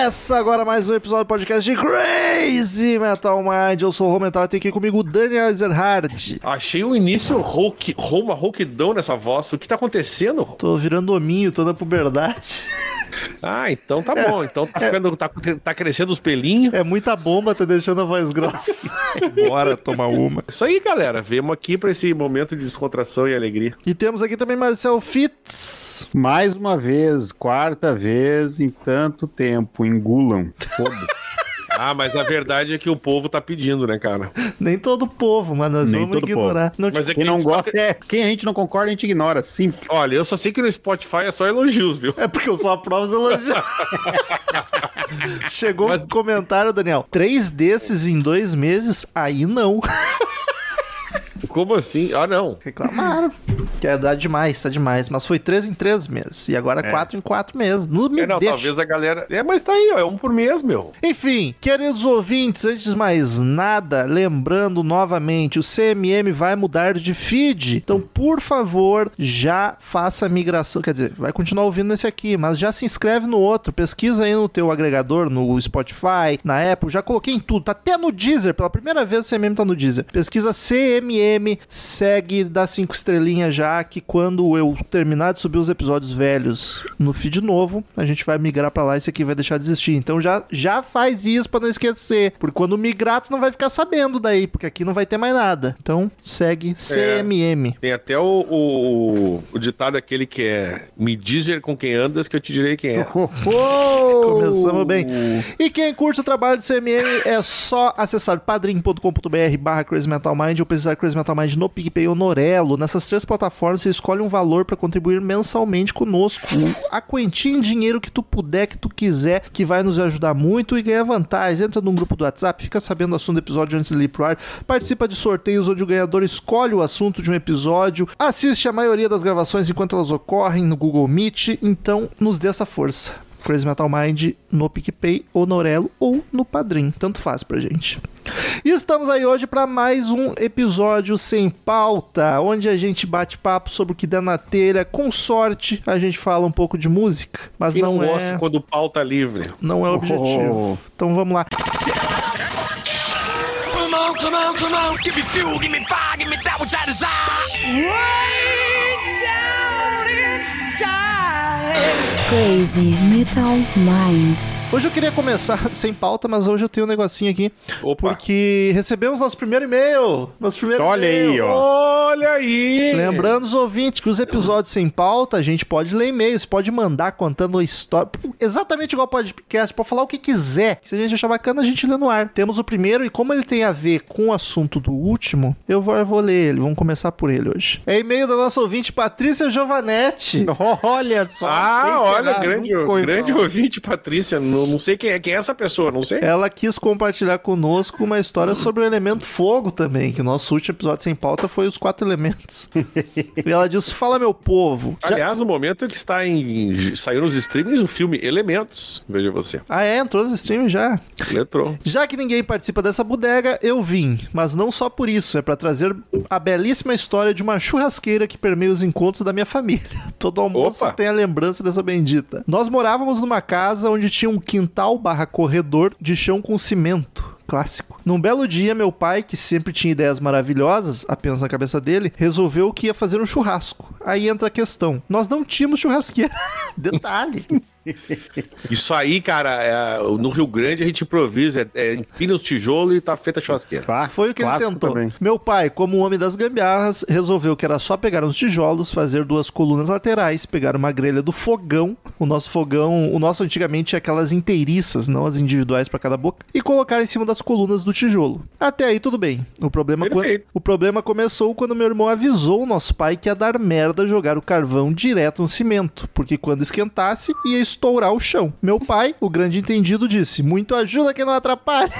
Começa agora mais um episódio do podcast de Crazy Metal Mind. Eu sou o Romental e tem aqui comigo o Daniel Ezerhard. Achei o início uma rouquidão nessa voz. O que tá acontecendo? Tô virando hominho, tô na puberdade. Ah, então tá bom. Então tá ficando, tá crescendo os pelinhos. É muita bomba, tá deixando a voz grossa. Bora tomar uma. Isso aí, galera. Viemos aqui pra esse momento de descontração e alegria. E temos aqui também Marcel Fitz. Mais uma vez, quarta vez em tanto tempo. Engulam. Foda-se. Ah, mas a verdade é que o povo tá pedindo, né, cara? Nem todo povo, mas nós Nem vamos todo ignorar. povo. Não, Mas tipo, é que Quem não a gente gosta Quem a gente não concorda, a gente ignora. Simples. Olha, eu só sei que no Spotify é só elogios, viu? é porque eu só aprovo os elogios. Chegou um comentário, Daniel. 3 desses em 2 meses? Aí não. Como assim? Ah, não. Reclamaram. Que dá demais, tá demais. Mas foi 3 em 3 meses. E agora 4 em 4 meses. Não me deixa. Talvez a galera... mas tá aí, ó. É um por mês, meu. Enfim, queridos ouvintes, antes de mais nada, lembrando novamente, o CMM vai mudar de feed. Então, por favor, já faça a migração. Quer dizer, vai continuar ouvindo nesse aqui, mas já se inscreve no outro. Pesquisa aí no teu agregador, no Spotify, na Apple. Já coloquei em tudo. Tá até no Deezer. Pela primeira vez o CMM tá no Deezer. Pesquisa CMM, segue, dá 5 estrelinhas já, que quando eu terminar de subir os episódios velhos no feed novo, a gente vai migrar pra lá e esse aqui vai deixar de existir. Então já faz isso pra não esquecer, porque quando migrar tu não vai ficar sabendo daí, porque aqui não vai ter mais nada. Então segue CMM. Tem até o ditado aquele que é: me dizer com quem andas que eu te direi quem é. Começamos bem. E quem curte o trabalho do CMM é só acessar padrim.com.br/Crazy Metal Mind ou pesquisar Crazy Metal Mind no PicPay ou no Orelo. Nessas 3 plataformas você escolhe um valor para contribuir mensalmente conosco. A quantia em dinheiro que tu puder, que tu quiser, que vai nos ajudar muito e ganhar vantagem. Entra num grupo do WhatsApp, fica sabendo o assunto do episódio antes de ir pro ar, participa de sorteios onde o ganhador escolhe o assunto de um episódio, assiste a maioria das gravações enquanto elas ocorrem no Google Meet. Então nos dê essa força. Crazy Metal Mind no PicPay ou no Orelo ou no Padrim, tanto faz pra gente. E estamos aí hoje para mais um episódio sem pauta, onde a gente bate papo sobre o que der na telha. Com sorte a gente fala um pouco de música, mas quem não é... gosta quando pauta livre. Não é o objetivo. Então vamos lá. Come on, come on, come on, give me fuel, give me fire, give me that which I desire. Way down inside. Crazy Metal Mind. Hoje eu queria começar sem pauta, mas hoje eu tenho um negocinho aqui. Opa. Porque recebemos nosso primeiro e-mail. Olha aí, ó. Olha aí! Lembrando os ouvintes que os episódios sem pauta, a gente pode ler e-mails, pode mandar contando a história. Exatamente igual ao podcast, pode falar o que quiser. Se a gente achar bacana, a gente lê no ar. Temos o primeiro e como ele tem a ver com o assunto do último, eu vou ler ele. Vamos começar por ele hoje. É e-mail da nossa ouvinte, Patrícia Giovanetti. Olha só. Olha, grande ouvinte, Patrícia. Não sei quem é essa pessoa, não sei. Ela quis compartilhar conosco uma história sobre o elemento fogo também, que o nosso último episódio sem pauta foi os 4 elementos. E ela disse: fala, meu povo. Aliás, no momento que saiu nos streamings o filme Elementos, veja você. Ah, entrou nos streamings já. Entrou. Já que ninguém participa dessa bodega, eu vim. Mas não só por isso, é pra trazer a belíssima história de uma churrasqueira que permeia os encontros da minha família. Todo almoço tem a lembrança dessa bendita. Nós morávamos numa casa onde tinha um quintal/corredor de chão com cimento. Clássico. Num belo dia, meu pai, que sempre tinha ideias maravilhosas, apenas na cabeça dele, resolveu que ia fazer um churrasco. Aí entra a questão. Nós não tínhamos churrasqueira. Detalhe. Isso aí, cara, no Rio Grande a gente improvisa, empina os tijolos e tá feita a churrasqueira. Foi o que ele tentou. Também. Meu pai, como um homem das gambiarras, resolveu que era só pegar uns tijolos, fazer 2 colunas laterais, pegar uma grelha do fogão, o nosso antigamente tinha aquelas inteiriças, não as individuais para cada boca, e colocar em cima das colunas do tijolo. Até aí tudo bem. O problema começou quando meu irmão avisou o nosso pai que ia dar merda jogar o carvão direto no cimento, porque quando esquentasse ia estourar o chão. Meu pai, o grande entendido, disse: muito ajuda que não atrapalha.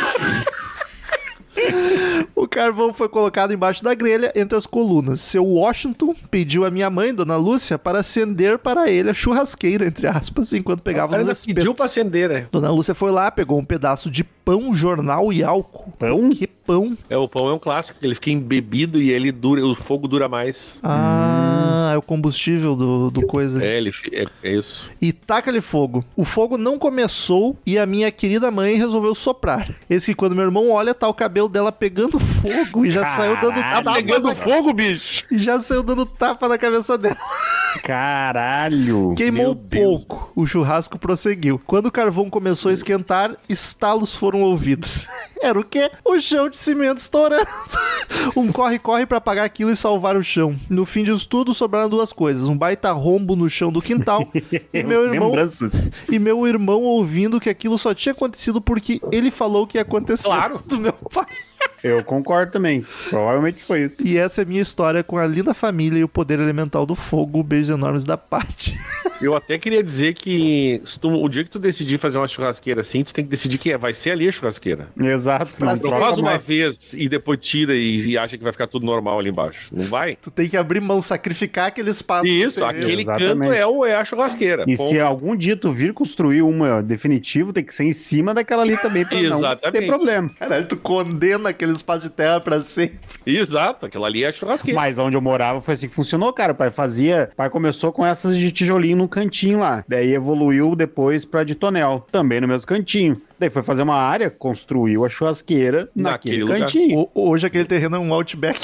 O carvão foi colocado embaixo da grelha, entre as colunas. Seu Washington pediu a minha mãe, Dona Lúcia, para acender para ele a churrasqueira, entre aspas, enquanto pegava os espetos. Pediu para acender, né? Dona Lúcia foi lá, pegou um pedaço de pão, jornal e álcool. Pão? Que pão? O pão é um clássico, ele fica embebido e ele dura, o fogo dura mais. Ah, o combustível do coisa. É isso. E taca-lhe fogo. O fogo não começou e a minha querida mãe resolveu soprar. Esse que quando meu irmão olha, tá o cabelo dela pegando fogo e já saiu dando tapa. Pegando fogo, bicho! E já saiu dando tapa na cabeça dela. Caralho. Queimou Meu Deus. pouco. O churrasco prosseguiu. Quando o carvão começou a esquentar, estalos foram ouvidos. Era o quê? O chão de cimento estourando. Um corre-corre pra apagar aquilo e salvar o chão. No fim disso tudo, sobraram duas coisas. Um baita rombo no chão do quintal e meu irmão... Lembranças. E meu irmão ouvindo que aquilo só tinha acontecido porque ele falou que ia acontecer. Claro. Do meu pai. Eu concordo também. Provavelmente foi isso. E essa é a minha história com a linda família e o poder elemental do fogo. Beijos enormes da Paty. Eu até queria dizer que o dia que tu decidir fazer uma churrasqueira assim, tu tem que decidir que vai ser ali a churrasqueira. Exato. Pra Não ser. Não troca faz uma mais. vez e depois tira e acha que vai ficar tudo normal ali embaixo. Não vai? Tu tem que abrir mão, sacrificar aquele espaço. Isso, do terreno. aquele Exatamente. canto é a churrasqueira. E Ponto. se algum dia tu vir construir uma definitivo, tem que ser em cima daquela ali também, pra não Exatamente. ter problema. Caralho, tu condena aquele espaço de terra pra sempre. Exato, aquela ali é a churrasqueira. Mas onde eu morava foi assim que funcionou, cara. O pai começou com essas de tijolinho no cantinho lá. Daí evoluiu depois pra de tonel, também no mesmo cantinho. Daí foi fazer uma área, construiu a churrasqueira naquele lugar. cantinho. Hoje aquele terreno é um Outback.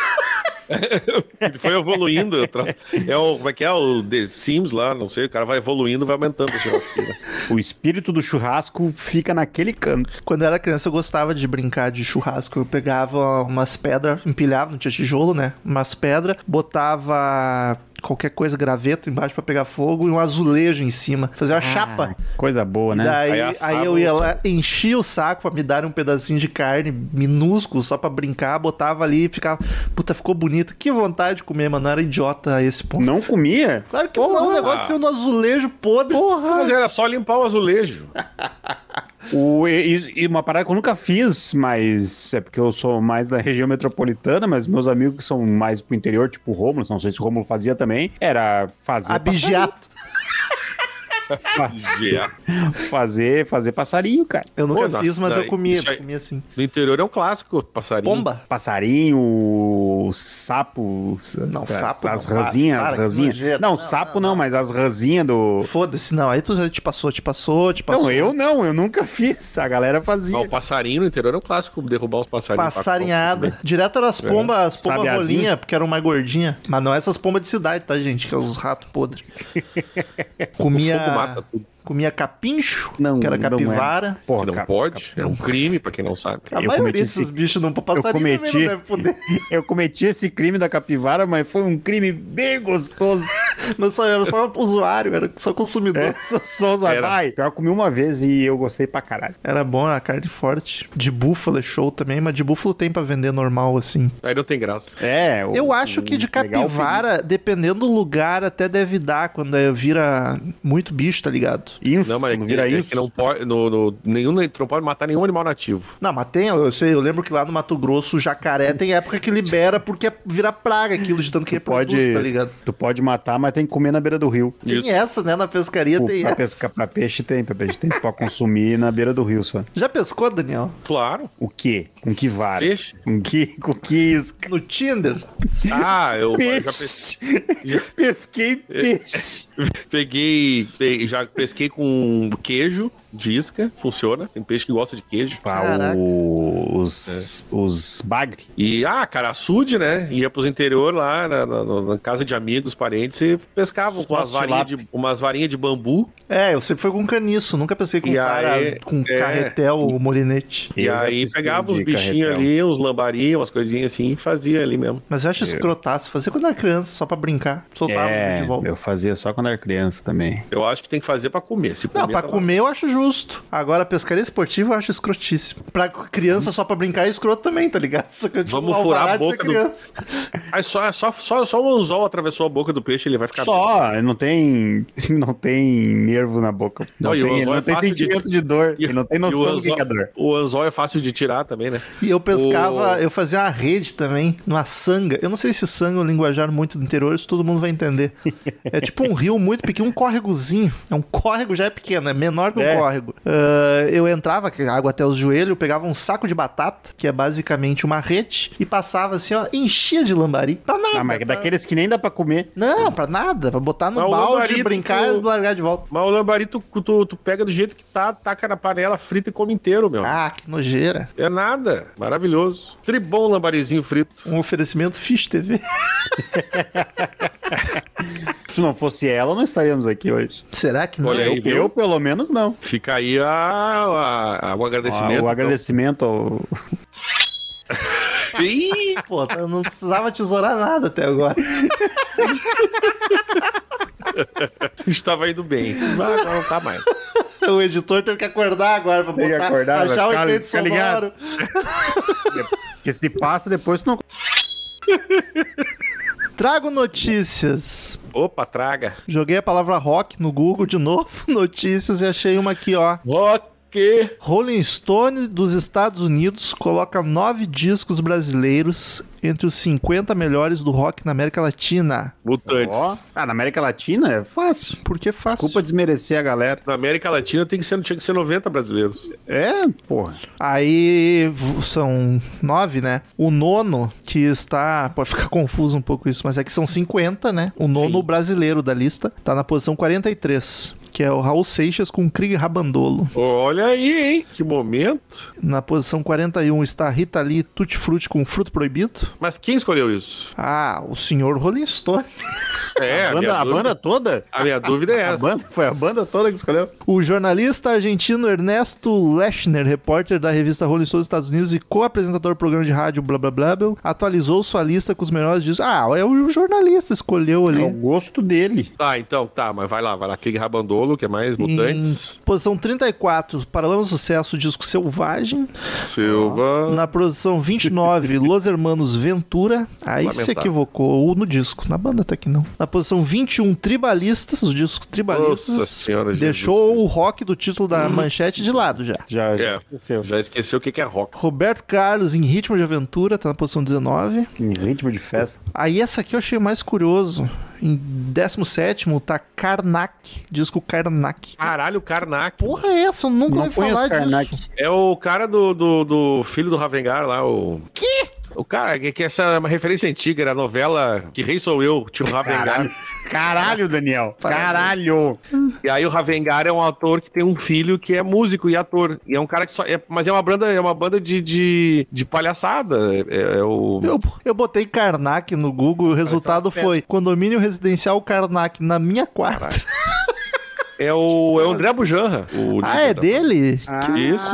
Ele foi evoluindo. Como é que é? O The Sims lá, não sei. O cara vai evoluindo, vai aumentando a churrasqueira. O espírito do churrasco fica naquele canto. Quando eu era criança, eu gostava de brincar de churrasco. Eu pegava umas pedras, empilhava, não tinha tijolo, né? Umas pedras, botava qualquer coisa, graveto embaixo pra pegar fogo e um azulejo em cima. Fazia uma chapa. Coisa boa, E né? daí, Aí aí assava eu ia os- lá, enchia o saco pra me dar um pedacinho de carne minúsculo só pra brincar, botava ali e ficava... Puta, ficou bonito. Que vontade de comer, mano. Não era idiota a esse ponto. Não comia? Claro que não. O negócio sendo no azulejo podre. Mas era só limpar o azulejo. E uma parada que eu nunca fiz, mas é porque eu sou mais da região metropolitana, mas meus amigos que são mais pro interior, tipo o Rômulo, não sei se o Rômulo fazia também, era fazer Abigeato. fazer passarinho, cara. Eu nunca Pô, fiz, mas nossa, eu comia. isso aí- Comia assim. No interior é um clássico, passarinho. Pomba? Passarinho, sapo... Não, as, sapo As não. rãzinhas, Para, as que rãzinhas. nojento. Não, Não, sapo não, não, mas as rãzinhas do... Foda-se, não. Aí tu já te passou. Não, eu nunca fiz. A galera fazia. Ah, o passarinho no interior é um clássico, derrubar os passarinhos. Passarinhada. Direto eram as pombas, as pombas Sabiazinha. rolinhas, porque eram mais gordinhas. Mas não essas pombas de cidade, tá, gente? Que é os ratos podres. Comia... O fogo mata tudo. Comia capincho, Não, que era não é. capivara. Porra, Que não pode, é um crime pra quem não sabe. A Eu maioria cometi desses esse- bichos não... Passarinho também cometi- não deve poder. Eu cometi esse crime da capivara, mas foi um crime bem gostoso. Não só, era só usuário, era só consumidor. É, sou usuário. Era. Ai, pior, eu comi uma vez e eu gostei pra caralho. Era bom, a carne forte. De búfalo é show também, mas de búfalo tem pra vender normal, assim. Aí não tem graça. É, Eu acho que de legal, capivara, dependendo do lugar, até deve dar quando vira muito bicho, tá ligado? Isso, Não, mas quando vira é isso. que não pode, tu não pode matar nenhum animal nativo. Não, mas tem, eu lembro que lá no Mato Grosso, o jacaré tem época que libera porque vira praga aquilo de tanto que reproduz, tá ligado? Tu pode matar, mas tem que comer na beira do rio. Tem Isso. essa, né? Na pescaria tem Pra, essa. pra peixe tem, pra consumir na beira do rio só. Já pescou, Daniel? Claro. O quê? Com que vara? Peixe. Com que isca? No Tinder? Ah, eu já Peixe. Pesquei peixe. já pesquei com queijo de isca, funciona. Tem peixe que gosta de queijo. Caraca. Os bagre. E, caraçude, né? Ia pros interior lá, na casa de amigos, parentes, e pescavam com umas varinhas de bambu. É, eu sempre fui com caniço, nunca pensei com E cara, aí, com carretel ou molinete. E Eu já aí pesquei pegava os de bichinhos carretel. ali, uns lambarinhos, umas coisinhas assim, e fazia ali mesmo. Mas eu acho escrotaço, fazia quando era criança, só pra brincar. Soltava os bichos de volta. Eu fazia só quando era criança também. Eu acho que tem que fazer pra comer. Se Não, comer, pra tá comer eu acho justo. Agora, pescaria esportiva eu acho escrotíssimo. Pra criança só pra brincar é escroto também, tá ligado? Só que, Vamos furar a de ser boca do- criança. Aí só o anzol atravessou a boca do peixe, ele vai ficar... Só, não tem nervo na boca. Não, e o anzol não é tem fácil de- sentimento de dor. E- E não tem e o noção do que anzol- é dor. O anzol é fácil de tirar também, né? E eu pescava, eu fazia uma rede também, numa sanga. Eu não sei se sanga é um linguajar muito do interior, isso todo mundo vai entender. É tipo um rio muito pequeno, um córregozinho. É um córrego, já é pequeno, é menor que um É, córrego. Eu entrava, com água até os joelhos, pegava um saco de batata, que é basicamente uma rede, e passava assim, ó, enchia de lambari. Pra nada. Mas daqueles que nem dá pra comer. Não, pra nada. Pra botar no balde, brincar e largar de volta. Mas o lambari tu pega do jeito que tá, taca na panela, frita e come inteiro, meu. Ah, que nojeira. É nada. Maravilhoso. Tribom lambarizinho frito. Um oferecimento Fish TV. Se não fosse ela, não estaríamos aqui hoje. Será que não? Olha aí, Eu, pelo menos, não. Fica aí o agradecimento. O agradecimento ao... Ih, Pô, eu não precisava tesourar nada até agora. estava indo bem. Mas agora não tá mais. O editor teve que acordar agora pra Tem que botar, acordar, achar o fica efeito sonoro. Porque se passa, depois tu não... Trago notícias. Opa, traga. Joguei a palavra rock no Google de novo, notícias, e achei uma aqui, ó. Rock. Rolling Stone dos Estados Unidos coloca 9 discos brasileiros entre os 50 melhores do rock na América Latina. Mutantes. Na América Latina é fácil. Por que fácil? Desculpa desmerecer a galera. Na América Latina tinha que ser 90 brasileiros. É, porra. Aí são 9, né? O nono, que está... Pode ficar confuso um pouco isso, mas é que são 50, né? O nono brasileiro da lista tá na posição 43. Que é o Raul Seixas com Krieg Rabandolo. Olha aí, hein? Que momento. Na posição 41 está Rita Lee Tutti Frutti com Fruto Proibido. Mas quem escolheu isso? Ah, o senhor Rolling Stone. É, A banda toda? A minha dúvida é essa. Foi a banda toda que escolheu? O jornalista argentino Ernesto Lechner, repórter da revista Rolling Stone dos Estados Unidos e co-apresentador do programa de rádio Blá Blá Blá, atualizou sua lista com os melhores discos. Ah, é o jornalista escolheu ali. É o gosto dele. Tá, então, mas vai lá. Krieg Rabandolo, que é mais Mutantes. Em posição 34, Paralamas do Sucesso, o disco Selvagem. Silva. Na posição 29, Los Hermanos Ventura. Aí Lamentável. se equivocou no disco, na banda até que não. Na posição 21, Tribalistas, o disco Tribalistas. Nossa Senhora, deixou Jesus o rock do título da manchete de lado já. Já É. esqueceu. Já esqueceu o que é rock. Roberto Carlos em Ritmo de Aventura, tá na posição 19. Em ritmo de festa. Aí essa aqui eu achei mais curioso. Em 17º tá Karnak, disco Karnak. Caralho, Karnak. Porra é essa? Eu nunca Não ouvi conheço falar Karnak. disso. É o cara do filho do Ravengar lá, o... Que? O cara, que essa é uma referência antiga, era a novela Que Rei Sou Eu, tinha o Ravengar. Caralho, Daniel. Caralho. E aí o Ravengar é um ator que tem um filho que é músico e ator. E é um cara que só... mas é uma banda de palhaçada. É o... Eu botei Karnak no Google e o resultado foi Condomínio Residencial Karnak na minha quarta. É o André Bujanra. É dele? Isso.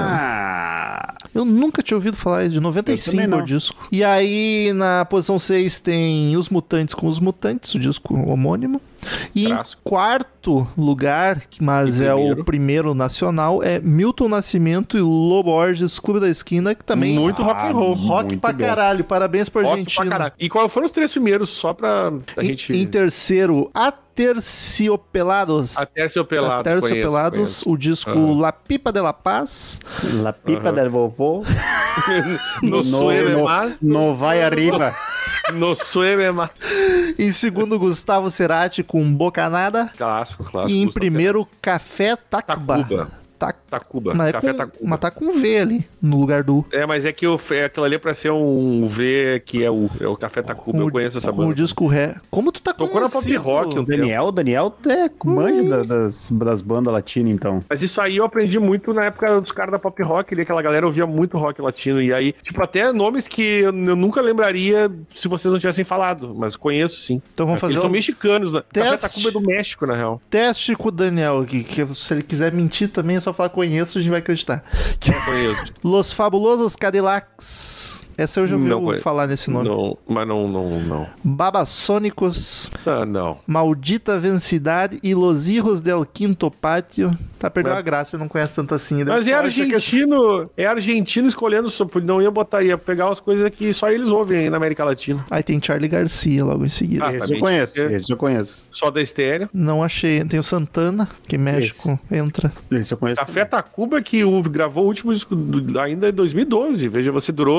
Eu nunca tinha ouvido falar isso, de 95 o disco. E aí, na posição 6 tem Os Mutantes com Os Mutantes, o disco homônimo. E Clássico. em quarto lugar, mas é o primeiro nacional, é Milton Nascimento e Lobo Borges, Clube da Esquina, que também... Muito rock and roll. Rock muito pra bom. caralho, parabéns pro Rock argentino. pra caralho. E qual foram os 3 primeiros, só pra gente... Em terceiro, Aterciopelados. Aterciopelados, conheço. O disco La Pipa de la Paz. La pipa del vovô. No sueve mais. No vai arriba. No sueve mais. Em segundo, Gustavo Cerati com Bocanada. Clássico. E em Gustavo primeiro, Café Tacuba. Tacuba. Mas, Café Tacuba. Tacuba. Mas tá com V ali, no lugar do... Mas é que aquilo ali é pra ser um V, que é o Café Tacuba. Eu conheço essa Com o banda. disco Ré. Como tu tá Tocou na Pop Rock. O Daniel manja das bandas latinas, então. Mas isso aí eu aprendi muito na época dos caras da Pop Rock, ali, aquela galera ouvia muito rock latino. E aí, tipo, até nomes que eu nunca lembraria se vocês não tivessem falado, mas conheço sim. Então vamos fazer Eles são mexicanos, né? teste. Café Tacuba é do México, na real. Teste com o Daniel aqui, que se ele quiser mentir também é só falar conheço, a gente vai acreditar. Conheço. Los Fabulosos Cadillacs. Essa eu já ouvi falar nesse nome. Não, mas não. Babasônicos, Não. Maldita Vencidade e Los Hijos del Quinto Patio. Tá perdendo a graça, eu não conheço tanto assim. Mas é argentino escolhendo, não ia botar, ia pegar as coisas que só eles ouvem aí na América Latina. Aí tem Charlie Garcia logo em seguida. Ah, Esse eu conheço. Só da estéreo. Não achei. Tem o Santana, que México entra. Esse eu conheço. Café Tacuba, que gravou o último disco ainda em 2012. Veja, você durou 20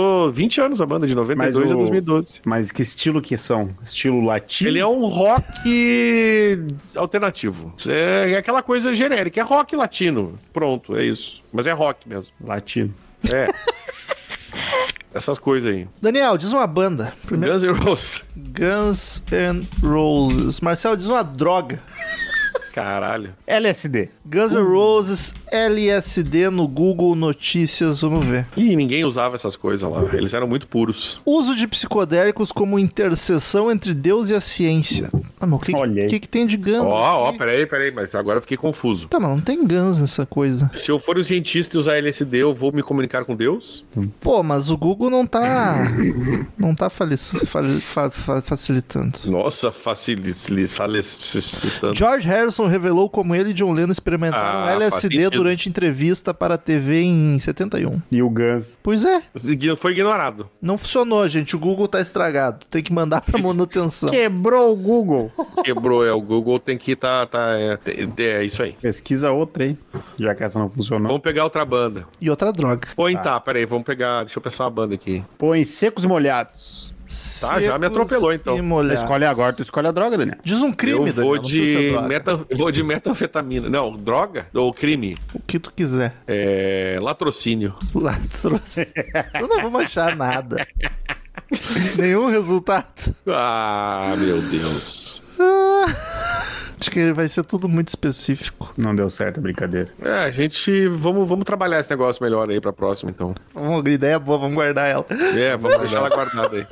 20 anos a banda, de 92 a 2012. Mas que estilo que são? Estilo latino? Ele é um rock alternativo. É aquela coisa genérica, é rock latino. Pronto, é isso. Mas é rock mesmo. Latino. É. Essas coisas aí. Daniel, diz uma banda. Primeiro, Guns N' Roses. Guns N' Roses. Marcel, diz uma droga. Caralho. LSD. Guns N' Roses, LSD no Google Notícias, vamos ver. Ih, ninguém usava essas coisas lá. Eles eram muito puros. Uso de psicodélicos como interseção entre Deus e a ciência. Ah, mas Olha aí. o que tem de Guns? Ó, aqui? peraí, mas agora eu fiquei confuso. Tá, mas não tem Guns nessa coisa. Se eu for um cientista e usar LSD, eu vou me comunicar com Deus? Pô, mas o Google não tá facilitando. Nossa, facilitando. George Harrison revelou como ele e John Lennon experimentaram Ah, faz LSD sentido. durante entrevista para a TV em 71. E o Guns. Pois é, Foi ignorado. não funcionou, gente. O Google tá estragado. Tem que mandar pra manutenção. Quebrou o Google. Quebrou, o Google tem que é isso aí. Pesquisa outra, hein? Já que essa não funcionou. Vamos pegar outra banda. E outra droga. Põe, tá, peraí, vamos pegar, deixa eu pensar uma banda aqui. Põe secos e molhados. Tá, já me atropelou, então. E molhados. Escolhe agora, tu escolhe a droga, Daniel. Diz um crime, Eu vou Daniel, não precisa ser droga. vou de metanfetamina. Não, droga? Ou crime? O que tu quiser. Latrocínio. Lá trouxe. Eu não vou manchar nada. Nenhum resultado. Ah, meu Deus. Acho que vai ser tudo muito específico. Não deu certo a brincadeira. A gente... Vamos trabalhar esse negócio melhor aí pra próxima, então. Uma ideia boa, vamos guardar ela. Vamos deixar ela guardada aí.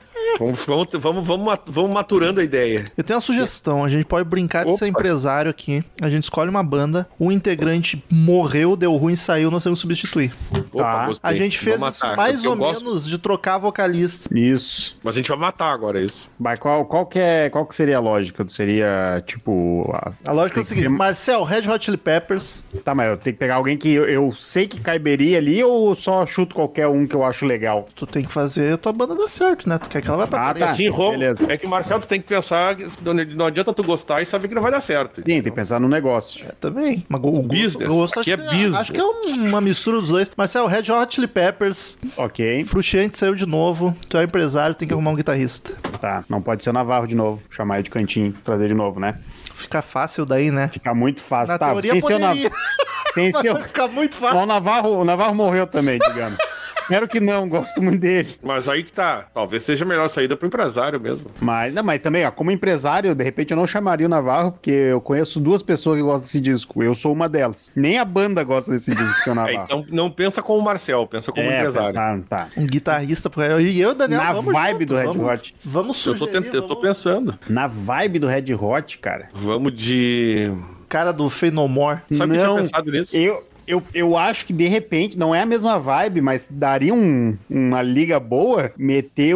Vamos maturando a ideia. Eu tenho uma sugestão, a gente pode brincar de ser Opa. empresário aqui. A gente escolhe uma banda, um integrante morreu, deu ruim, saiu, nós temos que substituir. Opa, gostei. A gente fez Vamos isso matar, mais porque eu ou gosto- menos de trocar vocalista. Isso. Mas a gente vai matar agora, é isso. Mas qual que seria a lógica? Seria, tipo... A lógica é o Tem que seguinte, ser- Marcel, Red Hot Chili Peppers. Tá, mas eu tenho que pegar alguém que eu sei que caiberia ali ou só chuto qualquer um que eu acho legal? Tu tem que fazer a tua banda dar certo, né? Tu quer que ela vai pra Ah, frente. tá. Assim, beleza. É que, Marcelo, tu tem que pensar que não adianta tu gostar e saber que não vai dar certo. Sim, tem que pensar no negócio. Também. Mas o Business. gosto Aqui acho é que business. Acho que é uma mistura dos dois. Marcel, Red Hot Chili Peppers, Ok, Frusciante saiu de novo. Tu é empresário, tem que arrumar um guitarrista. tá. Não pode ser Navarro de novo. Chamar ele de cantinho, trazer de novo, né? Fica fácil daí, né? Fica muito fácil. Na Tá, teoria sem ser o poderia. Sem Mas ser vai ficar muito fácil. Bom, o Navarro morreu também, digamos. Espero que não, gosto muito dele. Mas aí que tá. Talvez seja a melhor saída pro empresário mesmo. Mas também, ó, como empresário, de repente eu não chamaria o Navarro, porque eu conheço duas pessoas que gostam desse disco. Eu sou uma delas. Nem a banda gosta desse disco, que é o Navarro. Então não pensa como o Marcel, pensa como empresário. pensaram, tá. Um guitarrista. E eu, Daniel, Na vamos vibe junto, do Red vamos- Hot. Vamos Eu tô, sugerir, eu tô vamos- pensando. Na vibe do Red Hot, cara. Vamos de... Cara do Fey No More. Sabe que eu Não, tinha pensado nisso? Eu acho que de repente, não é a mesma vibe, mas daria uma liga boa meter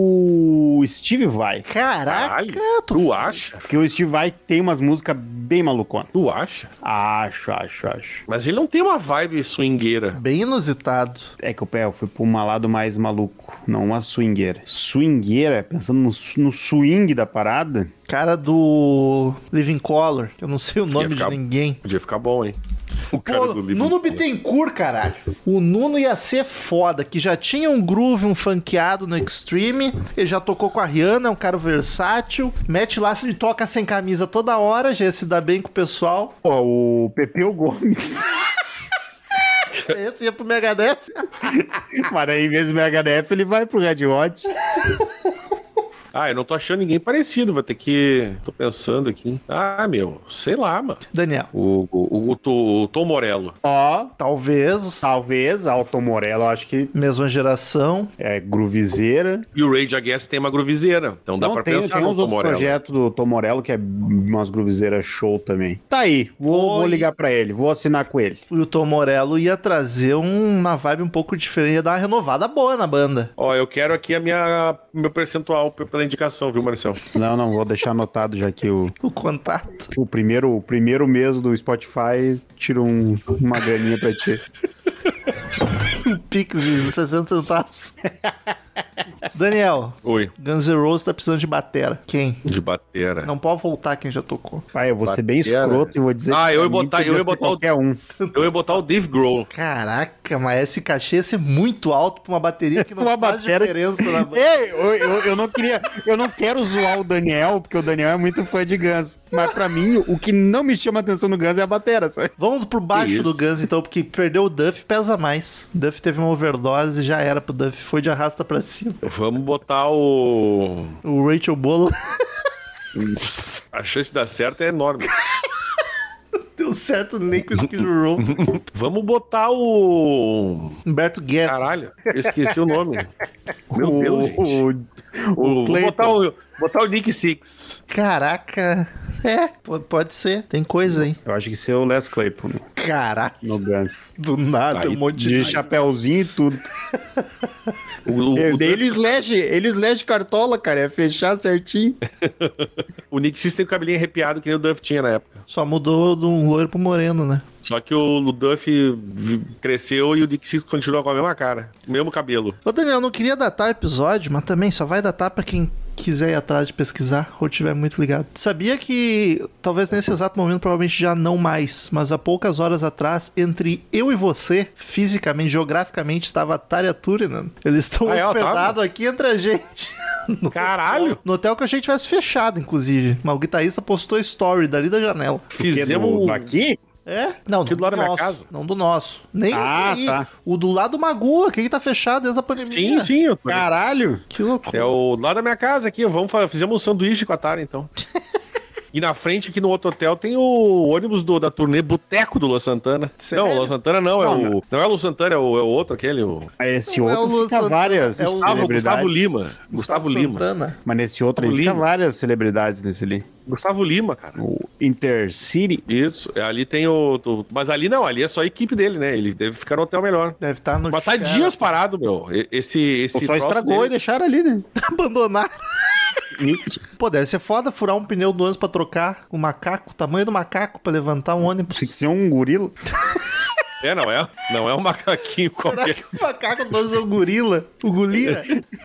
o Steve Vai. Caraca, Caralho, tu acha? Porque o Steve Vai tem umas músicas bem maluconas. Tu acha? Acho. Mas ele não tem uma vibe swingueira. bem inusitado. É que eu fui pra um lado mais maluco, não uma swingueira. Swingueira, pensando no swing da parada. Cara do Living Color, que eu não sei o nome ficar- de ninguém. Podia ficar bom, hein? O cara Pô, do livro. Nuno Bittencourt, caralho. O Nuno ia ser foda, que já tinha um groove, um funkeado no Extreme. Ele já tocou com a Rihanna, é um cara versátil. Mete lá, se toca sem camisa toda hora, já ia se dar bem com o pessoal. Pô, o Pepeu Gomes. Esse ia pro Megadeth. Mas aí, em vez do MHDF, ele vai pro Red Hot. Ah, eu não tô achando ninguém parecido, vai ter que... Tô pensando aqui. Ah, sei lá, mano. Daniel. O Tom Morello. Ó, Talvez. Alton Morello, eu acho que Mesma geração. é groovizeira. E o Rage Against tem uma groovizeira. Então dá Não, pra tem pensar uns no Tom outros Morello. projetos do Tom Morello que é umas groovizeiras show também. Tá aí, vou ligar pra ele, vou assinar com ele. E o Tom Morello ia trazer uma vibe um pouco diferente, ia dar uma renovada boa na banda. Ó, eu quero aqui meu percentual pela indicação, viu, Marcelo? Não, vou deixar anotado já que O contato. o primeiro mês do Spotify tiro uma graninha pra ti. Pix de 60 centavos. Daniel, Oi. Guns N' Roses tá precisando de batera. Quem? De batera. Não pode voltar quem já tocou. Pai, eu vou ser bem Batera. escroto e vou dizer Ah, eu ia pra mim botar- podia eu ia ser botar o- qualquer um. Eu ia botar o Dave Grohl. Caraca, mas esse cachê ia ser muito alto pra uma bateria que não Uma faz batera- diferença na banda. Ei, eu não quero zoar o Daniel, porque o Daniel é muito fã de Guns. Mas pra mim, o que não me chama atenção no Guns é a batera, sabe? Vamos pro baixo Que do isso? Guns, então, porque perdeu o Duff, pesa mais. Duff teve uma overdose, já era pro Duff, foi de arrasta pra cima. Vamos botar o... O Rachel Bolo A chance de dar certo é enorme. deu certo nem com o Skid Row. Vamos botar o... Humberto Guess. Caralho, eu esqueci o nome. Meu Deus, gente. Vou botar o Nick Six. Caraca. É, pode ser. Tem coisa, hein? Eu acho que esse é o Les Claypool Caraca. no Guns. Do nada, Aí, um monte De chapéuzinho e tudo. O Ele slash cartola, cara. É fechar certinho. O Nick Six tem o cabelinho arrepiado que nem o Duff tinha na época. Só mudou de um loiro pro moreno, né? Só que o Duff cresceu e o Nick Six continua com a mesma cara, o mesmo cabelo. Ô, Daniel, eu não queria datar o episódio, mas também só vai datar pra quem quiser ir atrás de pesquisar ou tiver muito ligado. Sabia que, talvez nesse exato momento, provavelmente já não mais, mas há poucas horas atrás, entre eu e você, fisicamente, geograficamente, estava a Tarja Turunen. Eles estão Ah, ela hospedados aqui entre a gente. Caralho! No hotel que a gente tivesse fechado, inclusive. Mas o guitarrista postou story dali da janela. Fizemos Aqui? É? Não, Aqui do lado da minha nosso, casa? não do nosso. Nem Ah, esse aí. tá. O do lado do Magu, que tá fechado desde a pandemia. Sim, eu tô... Caralho. Que loucura. É o lado da minha casa aqui, fizemos um sanduíche com a Tara, então. E na frente, aqui no outro hotel, tem o ônibus da turnê Boteco do Luan Santana. Sério? Não, o Luan Santana não, Não, não é o Luan Santana, é o outro, aquele. Esse Não é o outro Luan fica Santana, várias é o Gustavo celebridades. Lima. Gustavo Lima. Santana. Mas nesse outro aí Gustavo fica Lima. várias celebridades nesse ali. Gustavo Lima, cara. O Intercity. Isso, ali tem Mas ali não, ali é só a equipe dele, né? Ele deve ficar no hotel melhor. Deve estar no Mas tá Sheraton. dias parado, meu. Esse Só troço estragou e dele- deixaram ali, né? Abandonar. Isso. Pô, deve ser foda furar um pneu do ônibus pra trocar o macaco, o tamanho do macaco pra levantar um ônibus. Tem que ser um gorila. Não é um macaquinho Será qualquer. que o macaco do ônibus é o gorila? O golira?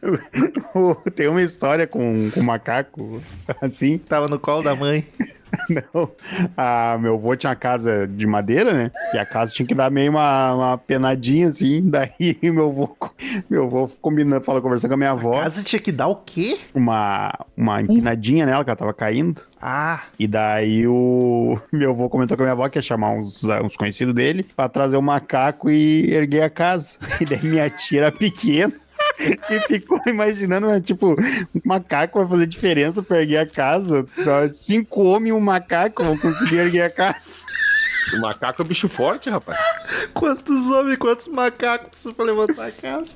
Tem uma história com um macaco, assim. Tava no colo da mãe. Não. Meu avô tinha uma casa de madeira, né? E a casa tinha que dar meio uma penadinha, assim. Daí meu avô combinando, conversando com a minha avó. A casa tinha que dar o quê? Uma empinadinha nela, que ela tava caindo. Ah, E daí o meu avô comentou com a minha avó que ia chamar uns conhecidos dele pra trazer o macaco e erguer a casa. E daí minha tia era pequena e ficou imaginando, né, tipo, um macaco vai fazer diferença pra erguer a casa. Só 5 homens e um macaco vão conseguir erguer a casa. O macaco é bicho forte, rapaz. quantos homens, quantos macacos precisam pra levantar a casa?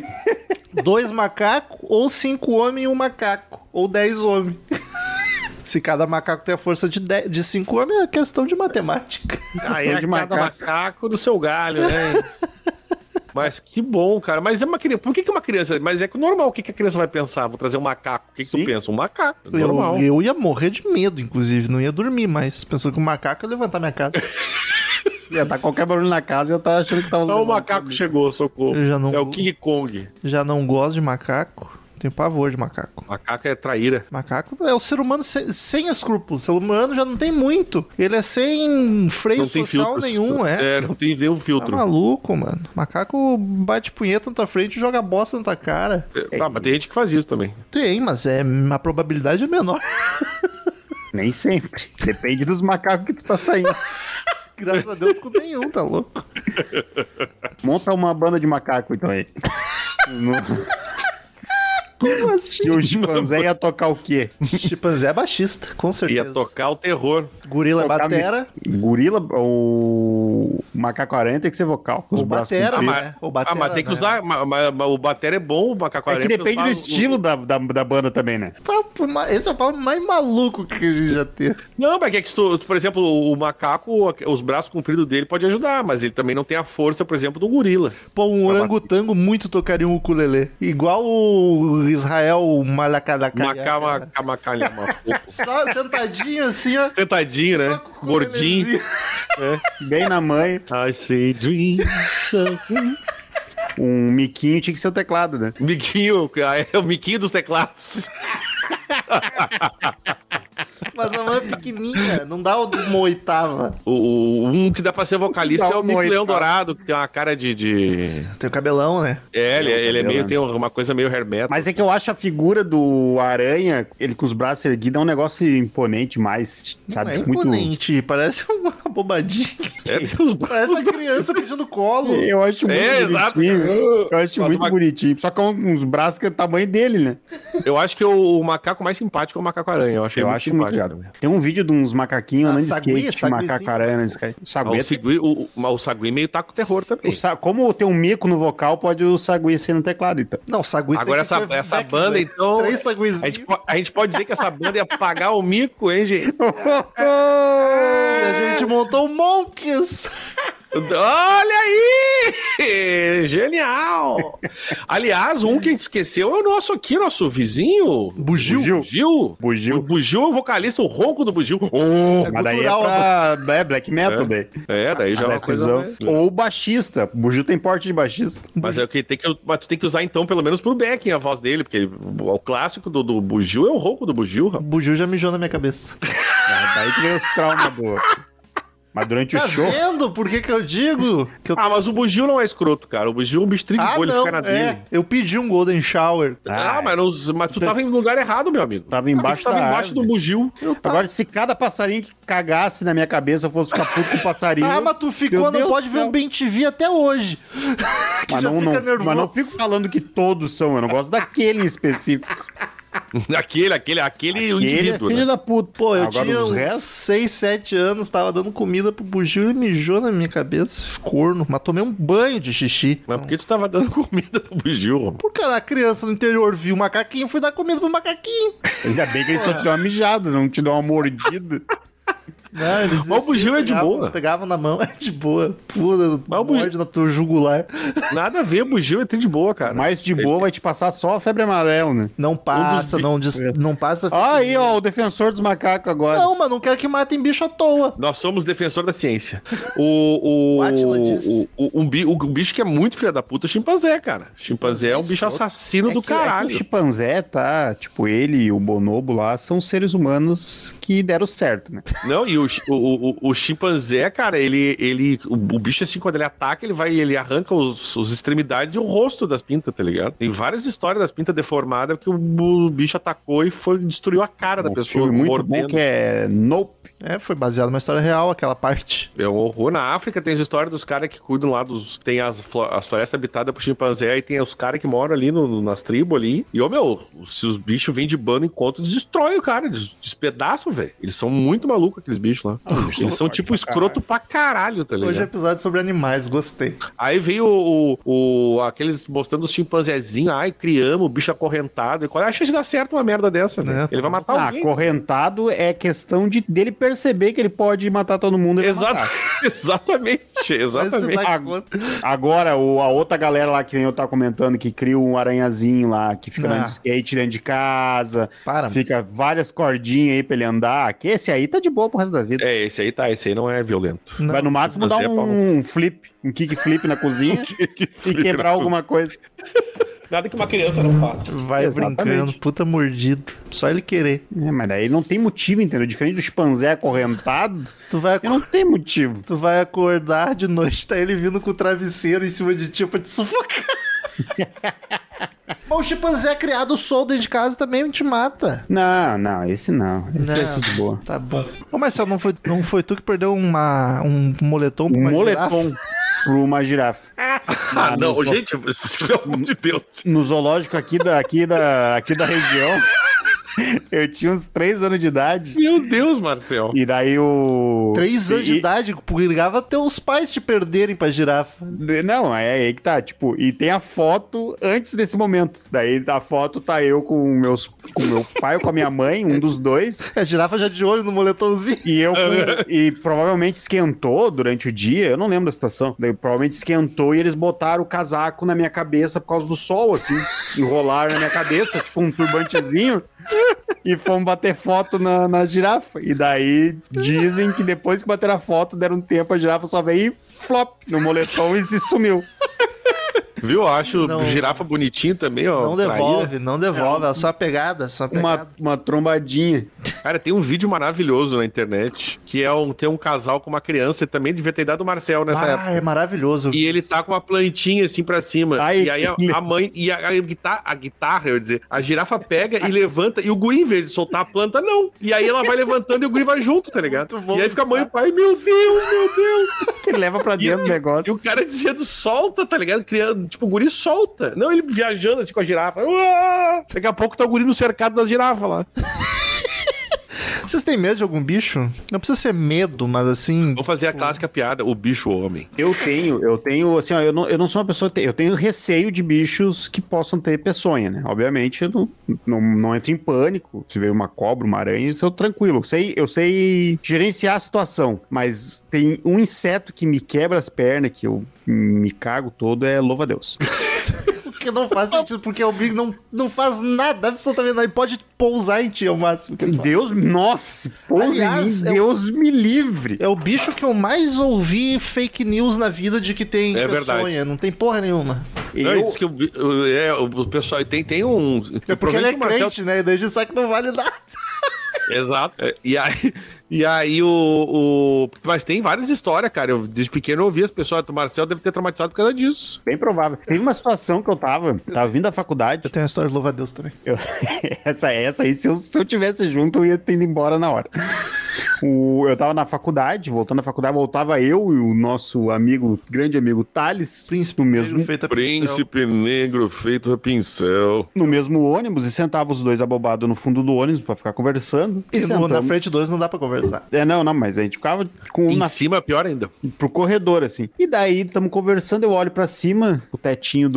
2 macacos ou 5 homens e um macaco. Ou 10 homens. Se cada macaco tem a força de 5 homens, é questão de matemática. Aí é de cada macaco do seu galho, né? Mas que bom, cara. Mas é uma criança. Por que uma criança? Mas é normal. O que a criança vai pensar? Vou trazer um macaco. O que tu Sim. pensa? Um macaco. É normal. Eu ia morrer de medo, inclusive. Não ia dormir mais. Pensando que o macaco ia levantar minha casa. Ia dar qualquer barulho na casa e eu tava achando que tava... Não, o macaco chegou, socorro. Eu já não- É o King Kong. Já não gosto de macaco. Tenho pavor de macaco. Macaco é traíra. Macaco é o ser humano sem escrúpulos. O ser humano já não tem muito. Ele é sem freio Não tem social filtros. nenhum, é. Não tem nenhum Tá filtro. maluco, mano. Macaco bate punheta na tua frente e joga bosta na tua cara. Tá, mas tem gente que faz isso também. Tem, mas a probabilidade é menor. Nem sempre. Depende dos macacos que tu tá saindo. Graças a Deus com nenhum, tá louco? Monta uma banda de macaco, então aí. Como assim? E o chimpanzé ia tocar o quê? Chimpanzé é baixista, com certeza. Ia tocar o terror. Gorila é Tocar batera. Gorila, o macaco-aranha tem que ser vocal. Com os Ou braços batera, compridos. né? Ou batera, mas tem que né? usar. Mas o batera é bom, o macaco É que depende do estilo da banda também, né? Esse é o papo mais maluco que a gente já teve. Não, mas é que, por exemplo, o macaco, os braços compridos dele pode ajudar, mas ele também não tem a força, por exemplo, do gorila. Pô, um orangotango muito tocaria um ukulele. Igual o Israel Malacalacaia. Só sentadinho assim, ó. Sentadinho, né? Só com o Gordinho. ukulelezinho. Bem na mãe. I say dreams. um miquinho tinha que ser o teclado, né? Miquinho, é o miquinho dos teclados. Mas a mão é pequenininha, não dá uma oitava. Um que dá pra ser vocalista é o Mico Muito, Leão cara. Dourado, que tem uma cara de... Tem o cabelão, né? É, ele é meio, né? tem uma coisa meio hair metal. Mas é que eu acho a figura do Aranha, ele com os braços erguidos, é um negócio imponente mais, sabe? Não é imponente, parece uma bobadinha. É, tem os Parece uma criança pedindo colo. Eu acho muito exato. bonitinho. Eu acho Mas muito bonitinho. Só que é uns braços que é o tamanho dele, né? Eu acho que o macaco mais simpático é o macaco-aranha. Eu achei Eu muito acho muito simpático. legal. Tem um vídeo de uns macaquinhos andando de sagui, skate, saguizinho. macaco-aranha andando de skate. Sagui O Sagui meio taco terror também. Como tem um mico no vocal, pode o Sagui ser no teclado, então. Não, sagui Agora essa banda, então... Três saguizinhos. A gente pode dizer que essa banda ia pagar o mico, hein, gente? E a gente montou um Monks. Olha aí! Genial! Aliás, um que a gente esqueceu é o nosso aqui, nosso vizinho. Bugio. Bugio. Bugio. O Bugio é o vocalista, o ronco do Bugio. Mas daí é cultural, pra black metal, daí. Daí já é uma coisa... Cuzão. Ou baixista. Bugio tem porte de baixista. Mas mas tu tem que usar, então, pelo menos pro backing a voz dele, porque o clássico do Bugio é o ronco do Bugio, rapaz. Bugio já mijou na minha cabeça. Daí que vem os traumas do... Mas durante Tá o show... vendo? Por que eu digo? Que eu... Ah, mas o Bugio não é escroto, cara. O Bugio é um bicho de bolha, fica na dele. Eu pedi um Golden Shower. Mas tu tava em lugar errado, meu amigo. Tava embaixo Tu tava da embaixo do árvore. Bugio. Agora, se cada passarinho que cagasse na minha cabeça eu fosse ficar puto com o passarinho... Ah, mas tu ficou, Meu não Deus pode do ver céu. o Ben TV até hoje. Que Mas já não, fica não, nervoso. mas não fico falando que todos são, eu não gosto daquele em específico. Aquele Ele é indivíduo, filho né? da puta. Pô, eu Agora, tinha os uns restos... 6, 7 anos, tava dando comida pro Bugio e ele mijou na minha cabeça, corno. Mas tomei um banho de xixi. Mas por que tu tava dando comida pro Bugio? Porque a criança no interior viu o macaquinho, fui dar comida pro macaquinho. Ainda bem que ele só te deu uma mijada, não te deu uma mordida. Não, eles Mas o Bugio é de boa. Pegavam na mão, é de boa. Pula, Mas o Bugio- morde na tua jugular. Nada a ver, Bugio é de boa, cara. Mais de boa vai te passar só a febre amarela, né? Não passa, não passa. Aí, ó, o defensor dos macacos agora. Não, mas não quero que matem bicho à toa. Nós somos defensor da ciência. O Átila disse. bicho que é muito filho da puta é o chimpanzé, cara. Chimpanzé é um bicho assassino do É que o caralho. chimpanzé, tá? Tipo, ele e o bonobo lá são seres humanos que deram certo, né? Não, e o chimpanzé, cara, o bicho assim, quando ele ataca, ele arranca os extremidades e o rosto das pintas, tá ligado? Tem várias histórias das pintas deformadas que o bicho atacou e destruiu a cara da Um pessoa. filme muito mordendo. bom que é Nope. É, foi baseado numa história real, aquela parte. É um horror. Na África tem as histórias dos caras que cuidam lá dos... Tem as florestas habitadas por chimpanzé e tem os caras que moram ali nas tribos ali. E, se os bichos vêm de bando em conta, eles destroem o cara, eles despedaçam, velho. Eles são muito malucos, aqueles bichos lá. Eles são tipo escroto pra caralho, tá ligado? Hoje é episódio sobre animais, gostei. Aí veio aqueles mostrando os chimpanzézinhos, criamos o bicho acorrentado. E qual é a chance de dar certo uma merda dessa, velho? Ele vai matar alguém. Acorrentado é questão dele perceber que ele pode matar todo mundo. E vai matar. Exatamente. Mas Agora, a outra galera lá que nem eu tava comentando, que cria um aranhazinho lá, que fica andando de skate dentro de casa, fica várias cordinhas aí pra ele andar, que esse aí tá de boa pro resto da vida. Esse aí não é violento. Não. Vai no máximo dar um flip, um kickflip na cozinha e quebrar alguma coisa. Nada que uma criança não faça. Vai Exatamente. brincando, puta mordido. Só ele querer. Mas daí não tem motivo, entendeu? Diferente do chimpanzé acorrentado, Tu vai, não tem motivo. tu vai acordar de noite, tá ele vindo com o travesseiro em cima de ti pra te sufocar. Mas o chimpanzé criado solto dentro de casa também te mata. Não, esse não. Esse vai ser de boa. Tá bom. Ô Marcelo, não foi tu que perdeu um moletom pra Um uma moletom pra uma girafa. Não, gente, pelo amor de Deus. No zoológico aqui da região, eu tinha uns 3 anos de idade. Meu Deus, Marcel. E daí o... 3 anos de E- idade, ligava teus pais te perderem pra girafa. Não, é aí que tá, tipo, e tem a foto antes desse momento. Daí a foto tá eu com meu pai ou com a minha mãe, um dos dois. A girafa já de olho no moletomzinho. E provavelmente esquentou durante o dia, eu não lembro da situação. Daí provavelmente esquentou e eles botaram o casaco na minha cabeça por causa do sol, assim. Enrolaram na minha cabeça, tipo um turbantezinho. E fomos bater foto na girafa. E daí dizem que depois que bateram a foto, deram um tempo, a girafa só veio e flop no moletom e se sumiu. Viu? Eu acho Não. girafa bonitinho também, ó. Não devolve, não devolve. É só a pegada, só a pegada. Uma trombadinha. Cara, tem um vídeo maravilhoso na internet, que tem um casal com uma criança, e também devia ter dado o Marcel nessa época. É maravilhoso. E ele tá com uma plantinha assim pra cima. Ai, e aí a mãe, e a guitarra, eu ia dizer, a girafa pega e levanta, e o guri, em vez de soltar a planta, não. E aí ela vai levantando e o guri vai junto, tá ligado? Muito bom, E aí fica a mãe e o sabe? pai, meu Deus. Ele leva pra dentro do E negócio. o cara dizendo, solta, tá ligado? Criando, tipo, o guri solta. Não, ele viajando assim com a girafa. Uá! Daqui a pouco tá o guri no cercado das girafas lá. Vocês têm medo de algum bicho? Não precisa ser medo, mas assim... Vou fazer a clássica piada, o bicho homem. Eu tenho, assim, ó, eu não sou uma pessoa, eu tenho receio de bichos que possam ter peçonha, né? Obviamente, eu não entro em pânico. Se veio uma cobra, uma aranha, eu sou tranquilo. Eu sei gerenciar a situação, mas tem um inseto que me quebra as pernas, que eu me cago todo, é louva-a-Deus. Porque não faz sentido, porque o bicho não faz nada, absolutamente nada. Ele pode pousar em ti, é o máximo que ele faz. Deus, nossa, se pousa Aliás, em mim, Deus me livre. É o bicho que eu mais ouvi fake news na vida de que tem É peçonha. verdade. Não tem porra nenhuma. Não, ele disse que o pessoal tem um... É porque ele é provavelmente o Marcel- crente, né? E daí a gente sabe que não vale nada. Exato. E aí Mas tem várias histórias, cara. Eu, desde pequeno, eu ouvi as pessoas. O Marcel deve ter traumatizado por causa disso. Bem provável. Teve uma situação que eu tava vindo da faculdade. Eu tenho a história de louva-a-Deus também. Essa aí, se eu tivesse junto, eu ia ter ido embora na hora. Eu tava na faculdade, voltando da faculdade, voltava eu e o nosso amigo, grande amigo Thales, Príncipe no mesmo, negro feito a Príncipe negro feito a pincel. no mesmo ônibus, e sentava os dois abobados no fundo do ônibus pra ficar conversando. E pincel. Na sentamos. frente dois não dá pra conversar. Não, mas a gente ficava com um Em na cima, pior ainda. pro corredor, assim. E daí, estamos conversando, eu olho pra cima, o tetinho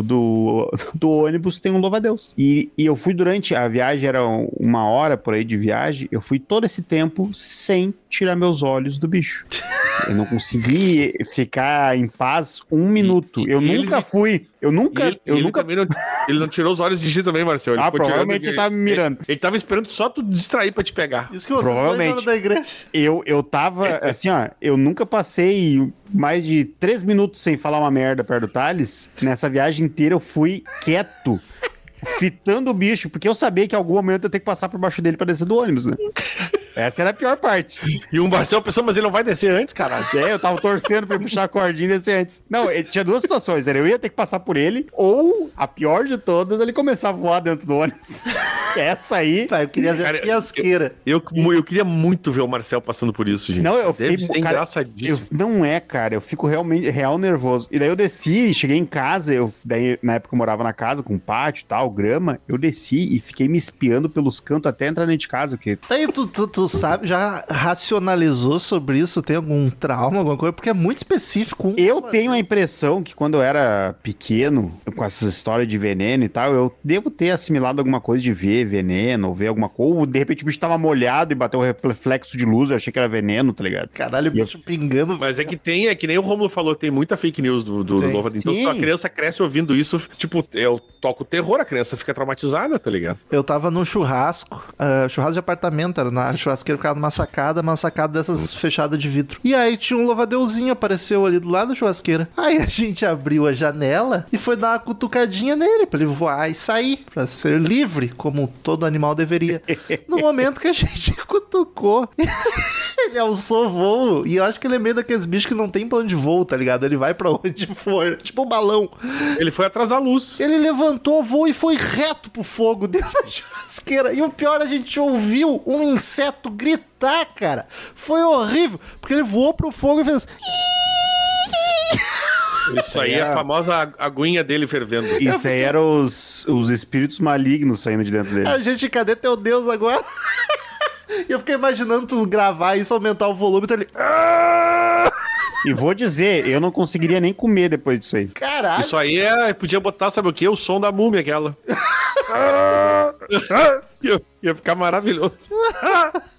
do ônibus tem um louva-a-Deus. E eu fui durante a viagem, era 1 hora por aí de viagem, eu fui todo esse tempo sem tirar meus olhos do bicho. Eu não consegui ficar em paz 1 minuto. Eu nunca fui... Eu nunca... Também não, ele não tirou os olhos de ti também, Marcel. Ele ficou provavelmente tirando- ele tava me mirando. Ele tava esperando só tu distrair pra te pegar. Isso que vocês dois Provavelmente. eram da igreja. Eu tava, assim, ó, eu nunca passei mais de 3 minutos sem falar uma merda perto do Thales. Nessa viagem inteira eu fui quieto, fitando o bicho, porque eu sabia que em algum momento eu ia ter que passar por baixo dele pra descer do ônibus, né? Essa era a pior parte. E o Marcel pensou, mas ele não vai descer antes, caralho. Eu tava torcendo pra ele puxar a cordinha e descer antes. Não, tinha 2 situações, eu ia ter que passar por ele, ou, a pior de todas, ele começar a voar dentro do ônibus. Essa aí... Tá, eu queria ver Cara, a fiasqueira. Eu queria muito ver o Marcel passando por isso, gente. Não, eu Deve fiquei... ser cara, engraçadíssimo. Não é, cara. Eu fico realmente real nervoso. E daí eu desci, cheguei em casa. Daí, na época eu morava na casa, com pátio e tal, grama. Eu desci e fiquei me espiando pelos cantos até entrar dentro de casa. Porque Daí tu sabe, já racionalizou sobre isso? Tem algum trauma, alguma coisa? Porque é muito específico. eu tenho a impressão que quando eu era pequeno, com essa história de veneno e tal, eu devo ter assimilado alguma coisa de ver veneno, ou ver alguma coisa. Ou de repente o bicho tava molhado e bateu um reflexo de luz. Eu achei que era veneno, tá ligado? Caralho, o bicho pingando. Mas é que nem o Romulo falou, tem muita fake news do louva-a-Deus. Então, se Sim. a criança cresce ouvindo isso, tipo, eu toco o terror, a criança fica traumatizada, tá ligado? Eu tava num churrasco, churrasco de apartamento, era na churrasqueira, ficava numa sacada dessas fechadas de vidro. E aí tinha um louva-a-deusinho, apareceu ali do lado da churrasqueira. Aí a gente abriu a janela e foi dar uma cutucadinha nele, pra ele voar e sair, pra ser livre, como todo animal deveria. No momento que a gente cutucou, ele alçou voo, e eu acho que ele é meio daqueles bichos que não tem plano de voo, tá ligado? Ele vai pra onde for, tipo um balão. Ele foi atrás da luz. Ele levantou o voo e foi reto pro fogo dentro da churrasqueira. E o pior, a gente ouviu um inseto gritar, cara. Foi horrível, porque ele voou pro fogo e fez... Isso aí é a famosa aguinha dele fervendo. Isso aí eram os espíritos malignos saindo de dentro dele. A gente, cadê teu Deus agora? E eu fiquei imaginando tu gravar isso, aumentar o volume, tá ali... E vou dizer, eu não conseguiria nem comer depois disso aí. Caralho. Isso aí podia botar, sabe o quê? O som da múmia aquela. Ia ficar maravilhoso.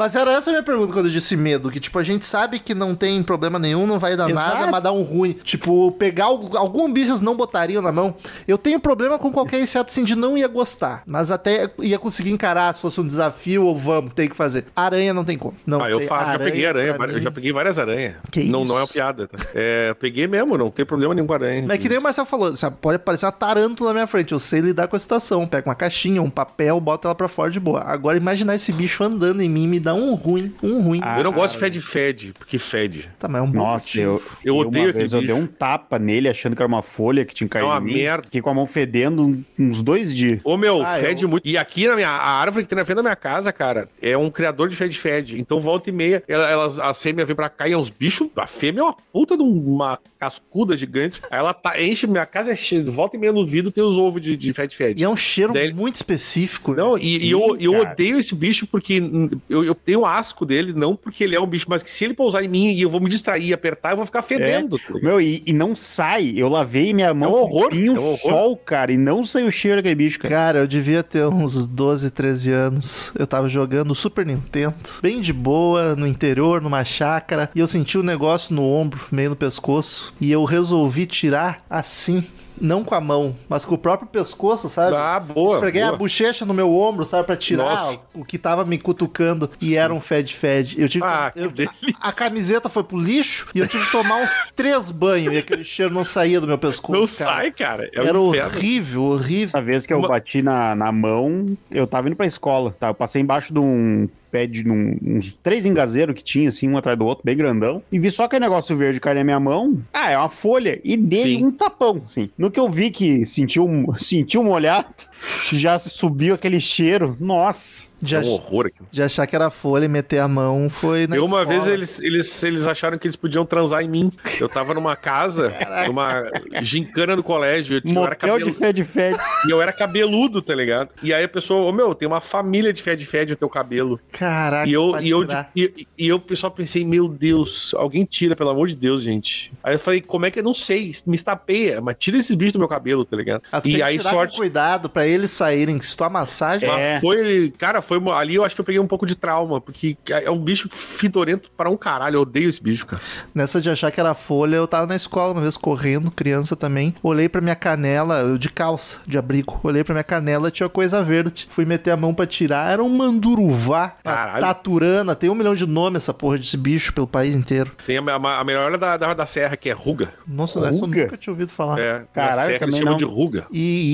Mas era essa a minha pergunta quando eu disse medo, que tipo, a gente sabe que não tem problema nenhum, não vai dar Exato. nada, mas dá um ruim. Tipo, pegar algum bicho vocês não botariam na mão. Eu tenho problema com qualquer inseto assim de não ia gostar, mas até ia conseguir encarar se fosse um desafio ou vamos, tem que fazer. Aranha não tem como. Não eu tem. faço, já peguei aranha, pra mim- eu já peguei várias aranhas. Que não, isso? não é uma piada, tá? Eu peguei mesmo, não tem problema nenhum com aranha. Mas é que nem o Marcelo falou, sabe, pode aparecer uma tarântula na minha frente, eu sei lidar com a situação, pego uma caixinha, um papel, boto ela pra fora de boa. Agora imaginar esse bicho andando em mim me dá um ruim. Eu não gosto de fede-fede, porque fede. Tá, mas é um bom Nossa, motivo. Eu odeio uma vez aquele eu dei bicho. um tapa nele achando que era uma folha que tinha caído uma em mim. merda. Fiquei com a mão fedendo uns 2 dias. Ô, meu, Ah, fede muito. E aqui a árvore que tem na frente da minha casa, cara, é um criador de fede-fede. Então, volta e meia, as fêmeas vêm pra cá e é uns bichos. A fêmea é uma puta de uma cascuda gigante. Aí ela enche, minha casa é cheia. Volta e meia no vidro tem os ovos de fede-fede. E é um cheiro Daí- muito específico. Não, né? e eu cara. odeio esse bicho porque eu tenho asco dele, não porque ele é um bicho, mas que se ele pousar em mim e eu vou me distrair e apertar, eu vou ficar fedendo. tá ligado? Meu, e não sai. Eu lavei minha mão É um horror, com pinho é um horror. sol, cara, e não saiu o cheiro daquele bicho, cara. Cara, eu devia ter uns 12, 13 anos. Eu tava jogando Super Nintendo, bem de boa, no interior, numa chácara, e eu senti um negócio no ombro, meio no pescoço, e eu resolvi tirar assim. Não com a mão, mas com o próprio pescoço, sabe? Ah, boa. Esfreguei a boa. bochecha no meu ombro, sabe? Pra tirar Nossa. o que tava me cutucando. E era um fede-fede. Eu tive Ah, que delícia. a camiseta foi pro lixo e eu tive que tomar uns 3 banhos. E aquele cheiro não saía do meu pescoço. Não cara. sai, cara. É Era um inferno. horrível, horrível. Essa vez que eu bati na mão, eu tava indo pra escola, tá? Eu passei embaixo de um pé de uns 3 engazeiros que tinha, assim, um atrás do outro, bem grandão, e vi só aquele negócio verde cair na minha mão. É uma folha. E dei Sim. um tapão, assim. No que eu vi que sentiu molhado, já subiu aquele cheiro. Nossa. De, É ach- um horror aqui. de achar que era folha e meter a mão foi na Eu uma escola. vez eles acharam que eles podiam transar em mim. Eu tava numa casa, numa gincana do colégio. Eu era Motel de fede-fede. E eu era cabeludo, tá ligado? E aí a pessoa, ô meu, tem uma família de fede-fede no teu cabelo. Caraca, pra E tirar. eu só pensei, meu Deus, alguém tira, pelo amor de Deus, gente. Aí eu falei, como é que eu não sei? Me estapeia, mas tira esses bichos do meu cabelo, tá ligado? Ah, tu tem E que aí, tirar sorte. com cuidado pra eles saírem. Se tu massagem, É. Mas foi, cara, ali eu acho que eu peguei um pouco de trauma, porque é um bicho fedorento para um caralho. Eu odeio esse bicho, cara. nessa de achar que era folha, eu tava na escola uma vez correndo, criança também. Olhei pra minha canela, eu de calça, de abrigo. Olhei pra minha canela, tinha coisa verde. Fui meter a mão pra tirar, era um manduruvá, Caralho. taturana. Tem 1 milhão de nomes essa porra desse bicho pelo país inteiro. Tem a melhor da serra, que é ruga. Nossa, essa eu Ruga? nunca tinha ouvido falar. É, Caralho, na serra eles também chamam não. de ruga.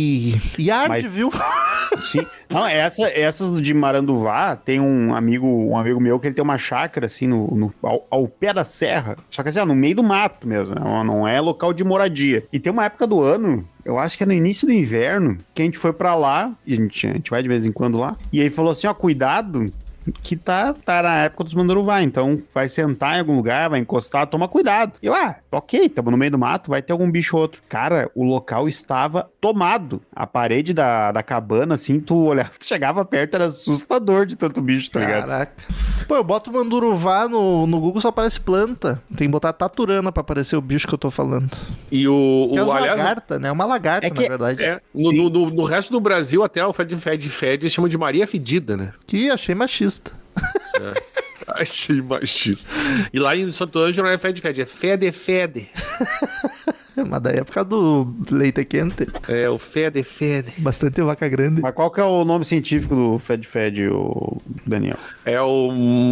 E arde, Mas- viu? Sim. Não, essas de Maranduvá, tem um amigo meu que ele tem uma chácara, assim, ao pé da serra. Só que assim, ó, no meio do mato mesmo. Não é local de moradia. E tem uma época do ano, eu acho que é no início do inverno, que a gente foi pra lá, e a gente vai de vez em quando lá, e aí falou assim, ó, cuidado, que tá na época dos manduruvá, então vai sentar em algum lugar, vai encostar, toma cuidado. E eu, ok, tamo no meio do mato, vai ter algum bicho ou outro. Cara, o local estava tomado. A parede da cabana, assim, tu olhava, tu chegava perto, era assustador de tanto bicho, tá ligado? Caraca. Pô, eu boto manduruvá no Google, só aparece planta. Tem que botar taturana pra aparecer o bicho que eu tô falando. E Que é as aliás, lagarta, né? É uma lagarta, É que- na verdade. no resto do Brasil, até o fede, eles chamam de Maria Fedida, né? Que achei machista. Achei machista. E lá em Santo Ângelo não é fede, é fede. Mas daí é por causa do leite quente. É o fede. Bastante vaca grande. Mas qual que é o nome científico do fede, o Daniel? É o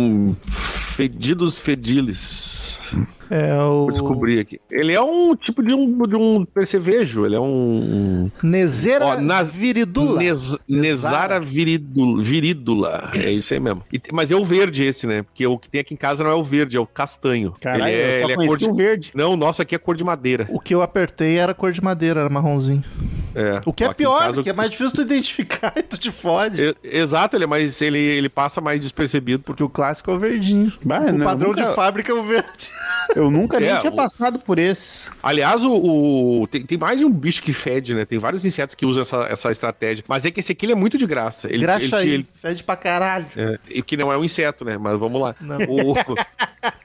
Fedidos Fedilis. É o Vou descobrir aqui. Ele é um tipo de um percevejo. Ele é um... Nezera Ó, viridula. Nezara viridula. É isso aí mesmo. Mas é o verde esse, né? Porque o que tem aqui em casa não é o verde, é o castanho. Caralho, ele é, eu só ele é conheci cor de... o verde. Não, o nosso aqui é cor de madeira. O que eu apertei era cor de madeira, era marronzinho. É. O que é Aqui em pior, casa, porque é mais difícil tu identificar e tu te fode. Exato, ele passa mais despercebido. Porque o clássico é o verdinho. Bah, O não, padrão nunca- de fábrica é o verde. Eu nunca nem É, tinha passado por esse. Aliás, tem mais de um bicho que fede, né? Tem vários insetos que usam essa estratégia. Mas é que esse aqui ele é muito de graça. Graxa ele, aí, fede pra caralho. e que não é um inseto, né? Mas vamos lá. Não.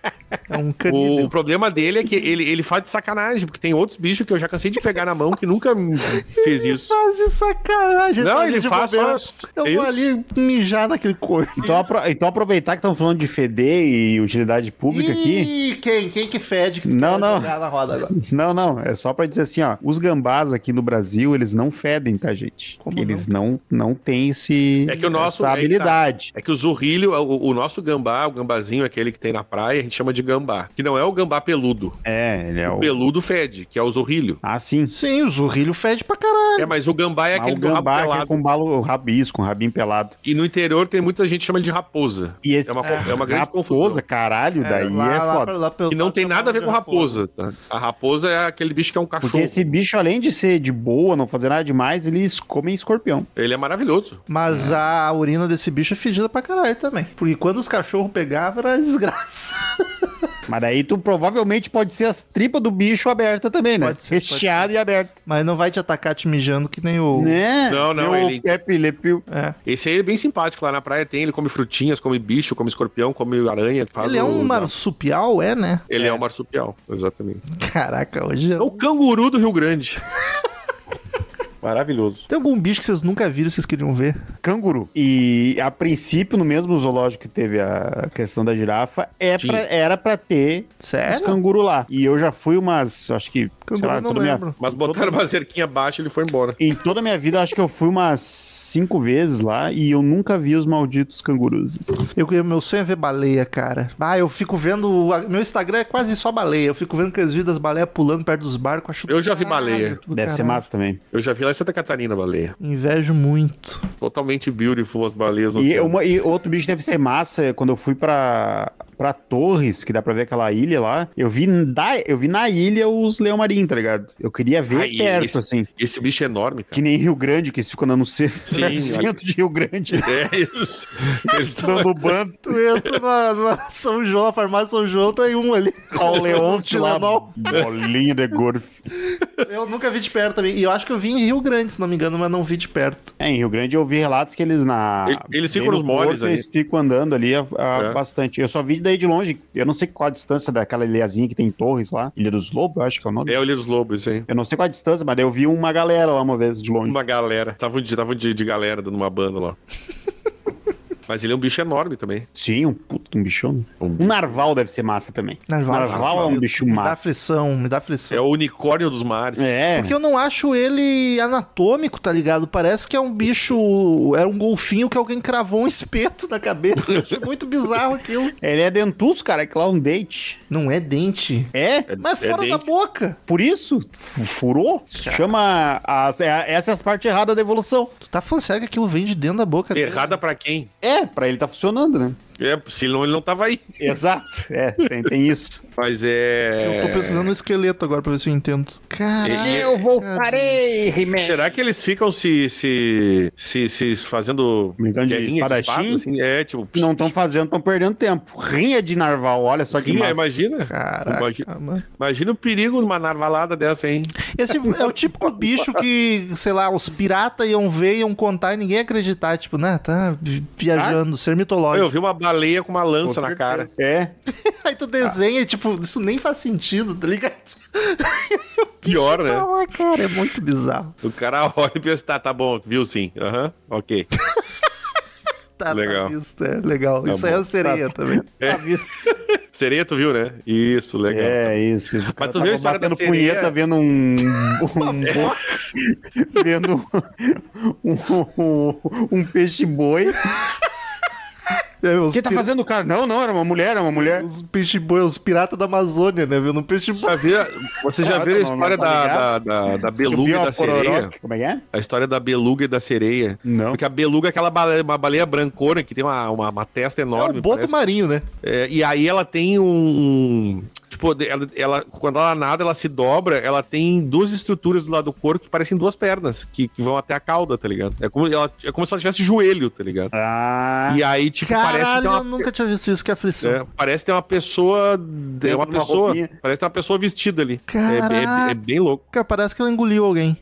É um canídeo. O problema dele é que ele faz de sacanagem, porque tem outros bichos que eu já cansei de pegar na mão que nunca fez isso. Faz de sacanagem. Não, tá ele ali de faz bobeira. só... Eu é vou isso. ali mijar naquele corpo. Então aproveitar que estão falando de feder e utilidade pública aqui. Ih, quem que fede que tu Não, quer não. jogar na roda agora? Não, é só pra dizer assim, ó, os gambás aqui no Brasil, eles não fedem, tá, gente? Como Eles não têm É que o nosso... essa habilidade. É que o zurrilho, o nosso gambá, o gambazinho, aquele que tem na praia, a gente chama de gambá. Que não é o gambá peludo. Ele é O o... peludo fede, que é o zurrilho. Ah, sim. Sim, o zurrilho fede pra caralho. É, mas o gambá é Mas aquele o do rabo gambá é pelado. aquele com balo rabisco, com rabinho pelado. E no interior tem muita gente que chama ele de raposa. E esse É uma grande raposa, confusão. caralho, daí é foda. E não tem nada a ver com raposa, tá? A raposa é aquele bicho que é um cachorro. Porque esse bicho, além de ser de boa, não fazer nada demais, eles comem escorpião. Ele é maravilhoso. Mas a urina desse bicho é fedida pra caralho também. Porque quando os cachorros pegavam, era desgraça. Mas daí tu provavelmente pode ser as tripas do bicho aberta também, né? Pode ser, Recheado e aberto. Mas não vai te atacar te mijando que nem o... Né? Não, Meu ele- Lepil. É. Esse aí é bem simpático. Lá na praia tem, ele come frutinhas, come bicho, come escorpião, come aranha. Faz Ele é um o- marsupial, é, né? Ele é um marsupial, exatamente. Caraca, hoje... É o canguru do Rio Grande. Maravilhoso. Tem algum bicho que vocês nunca viram e vocês queriam ver? Canguru. E a princípio, no mesmo zoológico que teve a questão da girafa, era pra ter os Sério? canguru lá. E eu já fui acho que, Canguru não lembro. Mas botaram uma cerquinha baixa e ele foi embora. em toda a minha vida, acho que eu fui umas 5 vezes lá e eu nunca vi os malditos cangurus. Meu sonho é ver baleia, cara. Ah, eu fico vendo... Meu Instagram é quase só baleia. Eu fico vendo aqueles vídeos das baleias pulando perto dos barcos. Acho Eu já vi caralho, baleia. do Deve ser caralho. massa também. Eu já vi lá em Santa Catarina, baleia. Invejo muito. Totalmente beautiful as baleias no E, oceano. e outro bicho deve ser massa, quando eu fui pra Torres, que dá pra ver aquela ilha lá, eu vi na ilha os leão marinho, tá ligado? Eu queria ver Ai, perto, assim. Esse bicho é enorme, Que cara. nem Rio Grande, que eles ficam andando no centro de Rio Grande, É isso. Eles estão... dando bando. Tu entra na São João, a farmácia São João, tem um ali. Ao Leôncio lá, Tilenol. bolinho de golfe. Eu nunca vi de perto também. E eu acho que eu vi em Rio Grande, se não me engano, mas não vi de perto. Em Rio Grande eu vi relatos que eles Eles ficam bem no nos moles porto, ali. eles ficam andando ali É. bastante. Eu só vi daí de longe. Eu não sei qual a distância daquela ilhazinha que tem Torres lá. Ilha dos Lobos, eu acho que é o nome. É o Ilha dos Lobos, isso aí. Eu não sei qual a distância, mas daí eu vi uma galera lá uma vez de longe. Uma galera. Tava de galera dando uma banda lá. Mas ele é um bicho enorme também. Sim, um puto um bichão. Um Um narval deve ser massa também. Narval é um bicho Me dá massa. aflição, me dá aflição. É o unicórnio dos mares. É. Porque eu não acho ele anatômico, tá ligado? Parece que é um bicho. Era um golfinho que alguém cravou um espeto na cabeça. Eu acho muito bizarro aquilo. Ele é dentuço, cara, é que lá um dente. Não é dente. É? Mas é fora da dente. boca. Por isso? Furou? Chama. Essas são as partes erradas da evolução. Tu tá falando sério que aquilo vem de dentro da boca dele? Errada pra quem? Pra ele tá funcionando, né? É, senão ele não tava aí. Exato. Tem isso. Mas é... Eu tô precisando do esqueleto agora pra ver se eu entendo. Caralho. voltarei, He-Man. Será que eles ficam se fazendo Brincando de guerrinha espadachim? assim? É, tipo... Não estão fazendo, estão perdendo tempo. Rinha de narval, olha só que massa. Imagina. Caraca, mano. Imagina o perigo numa narvalada dessa, hein? Esse é o típico bicho que, sei lá, os piratas iam ver, iam contar e ninguém ia acreditar. Tipo, né? Tá viajando, ser mitológico. Eu vi uma baleia com uma lança Com na cara. certeza. É. Aí tu desenha e, tipo, isso nem faz sentido, tá ligado? Pior, né? Ah, cara, é muito bizarro. O cara olha e pensa, tá bom, viu sim. Aham, ok. Tá, Legal. tá visto, é legal. Tá Isso aí é bom. a sereia também. Tá visto. Sereia, tu viu, né? Isso, legal. É, isso. O cara tu viu a tava história da batendo sereia? punheta, vendo vendo um peixe-boi. O que tá fazendo, cara? Não, era uma mulher, Os peixe-boi, os piratas da Amazônia, né? Vendo um peixe-boi. Vocês já Ah, viram a não, história não tá da beluga e da sereia? Como é que é? A história da beluga e da sereia. Não. Porque a beluga é aquela uma baleia brancona que tem uma testa É enorme. um boto parece. marinho, né? É, e aí ela tem tipo, quando ela nada, ela se dobra, ela tem duas estruturas do lado do corpo que parecem duas pernas, que vão até a cauda, tá ligado? É como se ela tivesse joelho, tá ligado? Ah, E aí, tipo, parece Caralho, ter eu uma... nunca tinha visto isso, que aflição. parece ter uma pessoa. de uma roupinha. Parece ter uma pessoa vestida ali. Caralho. É bem louco. Cara, parece que ela engoliu alguém. É.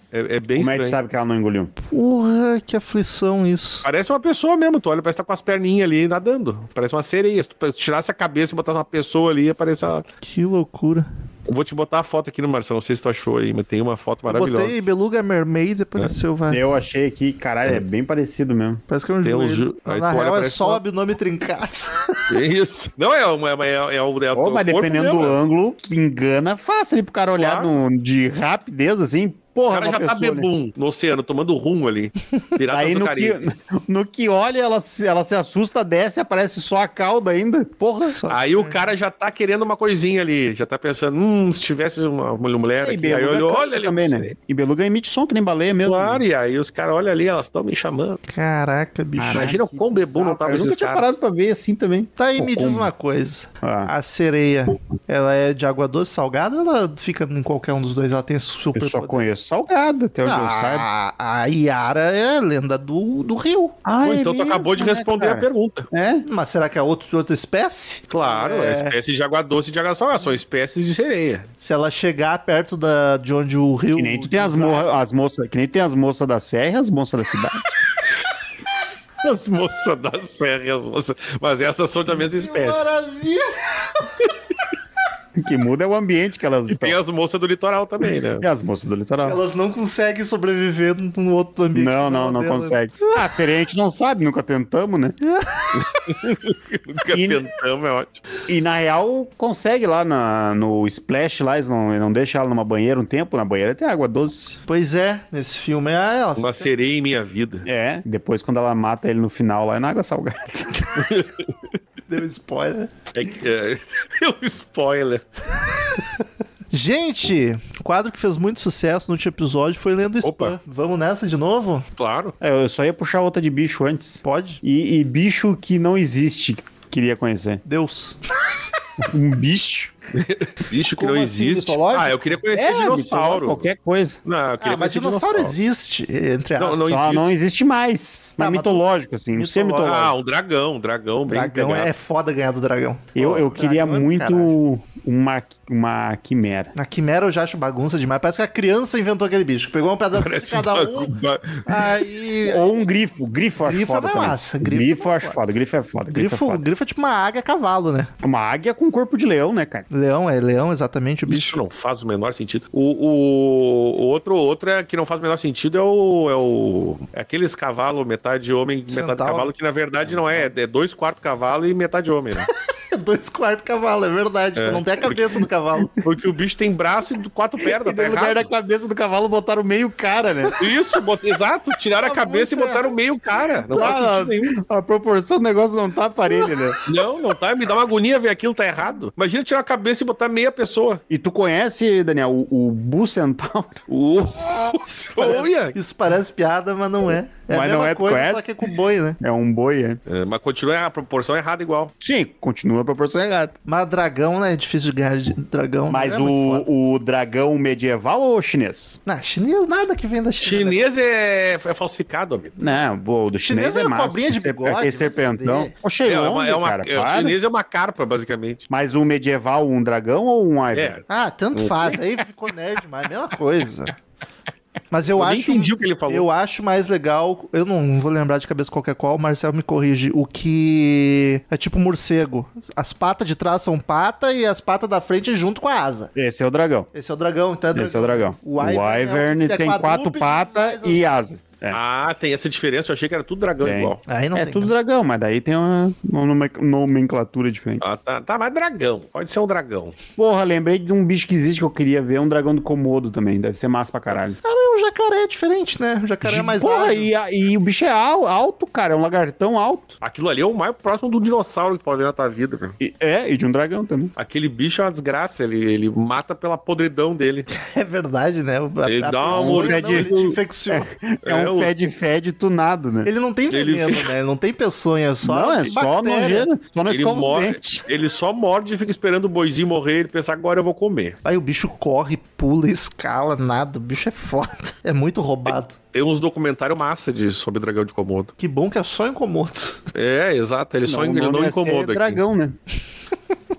É bem Como é que estranho. sabe que ela não engoliu? Porra, que aflição isso. Parece uma pessoa mesmo, tu olha, parece que tá com as perninhas ali nadando. Parece uma sereia. Se tu tirasse a cabeça e botasse uma pessoa ali, ia parecer uma... Que loucura. Eu vou te botar a foto aqui no Marcelo, não sei se tu achou aí, mas tem uma foto maravilhosa. Botei Beluga Mermaid e apareceu, vai. Eu achei aqui, caralho, é bem parecido mesmo. Parece que é um Tem uns joelho. aí Na tu olha, real é parece só o uma- abdômen trincado. É isso. Não, é o Ô, mas corpo dependendo mesmo, do né? ângulo, engana fácil ali pro cara olhar Claro. de rapidez, assim. O Porra, cara uma já tá pessoa ali. bebum no oceano, tomando rumo ali. Pirata Aí do no Caribe. no que olha, ela se assusta, desce, aparece só a cauda ainda. Porra. Aí o cara já tá querendo uma coisinha ali, já tá pensando, se tivesse uma mulher E aqui, aí beluga olhou, canta olha ali também, você. né? E beluga emite som que nem baleia mesmo. Claro, e aí os caras olham ali, elas estão me chamando. Caraca, bicho. Imagina o quão bebum não tava Eu nunca esses tinha caras. parado pra ver assim também. Tá aí, Pô, me diz como? uma coisa. Ah. A sereia, ela é de água doce, salgada, ou ela fica em qualquer um dos dois? Ela tem super Eu só poder? conheço salgada, até onde eu saiba. A Yara é a lenda do rio. Pô, então tu acabou de responder a pergunta. É? Mas será que é outra espécie? Claro, é espécie de água doce e de água salgada, são espécies de sereia. Se ela chegar perto de onde o rio... Que nem tu tem as moças, que nem tem as moças da serra e as moças da cidade. As moças da serra, as moças... Mas essas são da mesma espécie. Maravilha! O que muda é o ambiente que elas E tem estão. as moças do litoral também, né? E as moças do litoral. Elas não conseguem sobreviver num outro ambiente. Não delas. consegue. Ah, sereia a gente não sabe, nunca tentamos, né? Nunca E- tentamos, é ótimo. E na real, consegue lá no Splash, lá, eles não deixam ela numa banheira um tempo. Na banheira tem água doce. Pois é, nesse filme é ela. Uma sereia em minha vida. É, depois quando ela mata ele no final lá, é na água salgada. Deu spoiler. É um spoiler. Gente, o quadro que fez muito sucesso no último episódio foi Lendo Spam. Opa. Vamos nessa de novo? Claro. É, eu só ia puxar outra de bicho antes. Pode? E bicho que não existe, queria conhecer. Deus. Um bicho? Bicho que Como não assim, existe. mitológico? Ah, eu queria conhecer dinossauro. Qualquer coisa. Não, eu queria Mas conhecer dinossauro existe, entre Não, aspas. não Só existe. não existe mais. Tá, Mas mas mitológico, assim. Um ser mitológico. mitológico. Ah, um dragão bem Dragão pegado. é foda ganhar do dragão. Eu queria dragão é do muito caralho. uma quimera. A quimera eu já acho bagunça demais. Parece que a criança inventou aquele bicho. Pegou um pedaço de Parece cada um. uma- Aí. Ou um grifo. Grifo eu acho Grifo é foda mais também. massa, Grifo eu é acho foda. foda. Grifo é foda. Grifo é Grifo, foda. grifo é tipo uma águia a cavalo, né? Uma águia com corpo de leão, né, cara? Leão, exatamente o bicho. Isso não faz o menor sentido. O outro é que não faz o menor sentido é aqueles cavalos, metade homem, metade Centauro. cavalo, que na verdade não é 2/4 cavalo e metade homem, né? 2/4 cavalo, é verdade. Você não tem a cabeça do cavalo. Porque o bicho tem braço e 4 pernas, E tá no lugar da errado. cabeça do cavalo botaram meio cara, né? Isso, exato, tiraram a Tá cabeça e muito botaram meio cara. Não faz Ah, sentido nenhum. A proporção do negócio não tá parelha, né? Não tá. Me dá uma agonia ver aquilo, tá errado. Imagina tirar a cabeça e botar meia pessoa. E tu conhece, Daniel, o Bucentauro? Olha! Isso parece piada, mas não é. É Mas a mesma não é, tu coisa, conhece? só que é com boi, né? É um boi, é? É, mas continua a proporção errada igual. Sim, continua a proporção errada. Mas dragão, né? É difícil de ganhar de dragão. Mas é muito foda. o dragão medieval ou chinês? Não, chinês, nada que vem da China. né? Chinês é falsificado, amigo. Não, o do chinês, Chinês é é massa. cobrinha de bigode, Aquele vai se serpentão. fuder. O O Shenlong, cara, o para. chinês é uma carpa, basicamente. Mas o medieval, um dragão ou um Ivan? É. Ah, tanto faz. Aí ficou nerd demais, mesma coisa. Mas eu nem acho. entendi o que ele falou. Eu acho mais legal. Eu não vou lembrar de cabeça qual que é qual, o Marcel me corrige. O que é tipo morcego. As patas de trás são pata e as patas da frente junto com a asa. Esse é o dragão. Esse é o dragão, então é dragão. Esse é o dragão. O Ivern que é tem 4 quadrúpede, patas mas e asa. É. Ah, tem essa diferença. Eu achei que era tudo dragão Tem. igual. Aí não É tem, tudo não. dragão, mas daí tem uma nomenclatura diferente. Ah, tá, mas dragão. Pode ser um dragão. Porra, lembrei de um bicho que existe que eu queria ver, um dragão do Komodo também. Deve ser massa pra caralho. Ah, mas o jacaré é diferente, né? O jacaré é mais Porra, ágil. e o bicho é alto, cara. É um lagartão alto. Aquilo ali é o mais próximo do dinossauro que tu pode ver na tua vida, velho. E de um dragão também. Aquele bicho é uma desgraça. Ele mata pela podridão dele. É verdade, né? Ele dá uma mordida. mordida. Ele te infecciona. É um fede tunado, né? Ele não tem Ele veneno, fica- né? Ele não tem peçonha, é só Não, é só bactéria. nojeira. Só não Ele, escova os morde, dentes. ele só morde e fica esperando o boizinho morrer. Ele pensa, agora eu vou comer. Aí o bicho corre, pula, escala, nada. O bicho é foda. É muito roubado. Tem uns documentários massa sobre dragão de Komodo. Que bom que é só incomodo. É, exato. Ele o ele nome não ia ser incomoda aqui. dragão, né?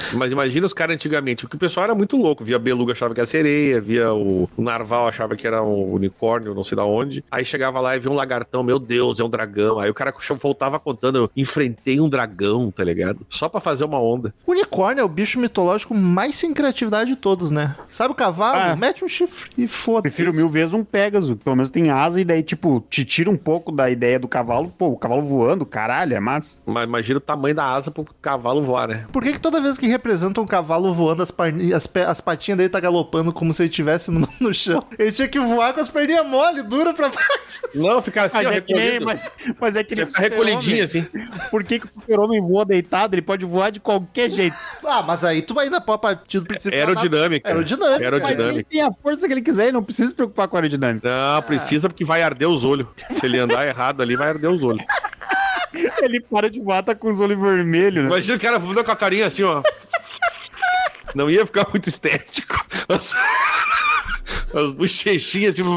Mas imagina os caras antigamente, porque o pessoal era muito louco, via beluga achava que era sereia, via o narval achava que era um unicórnio, não sei da onde. Aí chegava lá e via um lagartão, meu Deus, é um dragão. Aí o cara voltava contando, eu enfrentei um dragão, tá ligado? Só pra fazer uma onda. O unicórnio é o bicho mitológico mais sem criatividade de todos, né? Sabe o cavalo? Mete um chifre e foda-se. Prefiro 1000 vezes um Pégaso, que pelo menos tem asa e daí, tipo, te tira um pouco da ideia do cavalo. Pô, o cavalo voando, caralho, é massa. Mas imagina o tamanho da asa pro cavalo voar, né? Por que toda vez que representa um cavalo voando, as patinhas dele tá galopando como se ele estivesse no chão? Ele tinha que voar com as perninhas mole, dura pra baixo. Não, ficar assim, ó, recolhido. Mas é que nem Ficar recolhidinho, assim. Por que o super-homem voa deitado? Ele pode voar de qualquer jeito. Ah, mas aí tu ainda pode partir do princípio... Aerodinâmica. Mas ele tem a força que ele quiser, ele não precisa se preocupar com a aerodinâmica. Não, precisa porque vai arder os olhos. Se ele andar errado ali, vai arder os olhos. Ele para de voar, tá com os olhos vermelhos, né? Imagina o cara voando com a carinha assim, ó. Não ia ficar muito estético. As bochechinhas assim.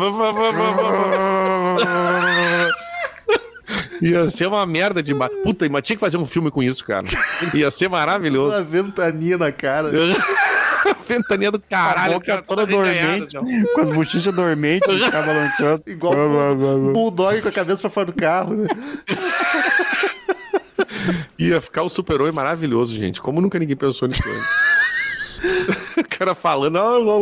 Ia ser uma merda de... Puta, mas tinha que fazer um filme com isso, cara. Ia ser maravilhoso. Uma ventania na cara. Ventania do caralho. A boca toda dormente, com as bochechas dormentes, ficar balançando. Igual um bulldog com a cabeça pra fora do carro, né? Ia ficar o super-homem maravilhoso, gente. Como nunca ninguém pensou nisso antes. O cara falando...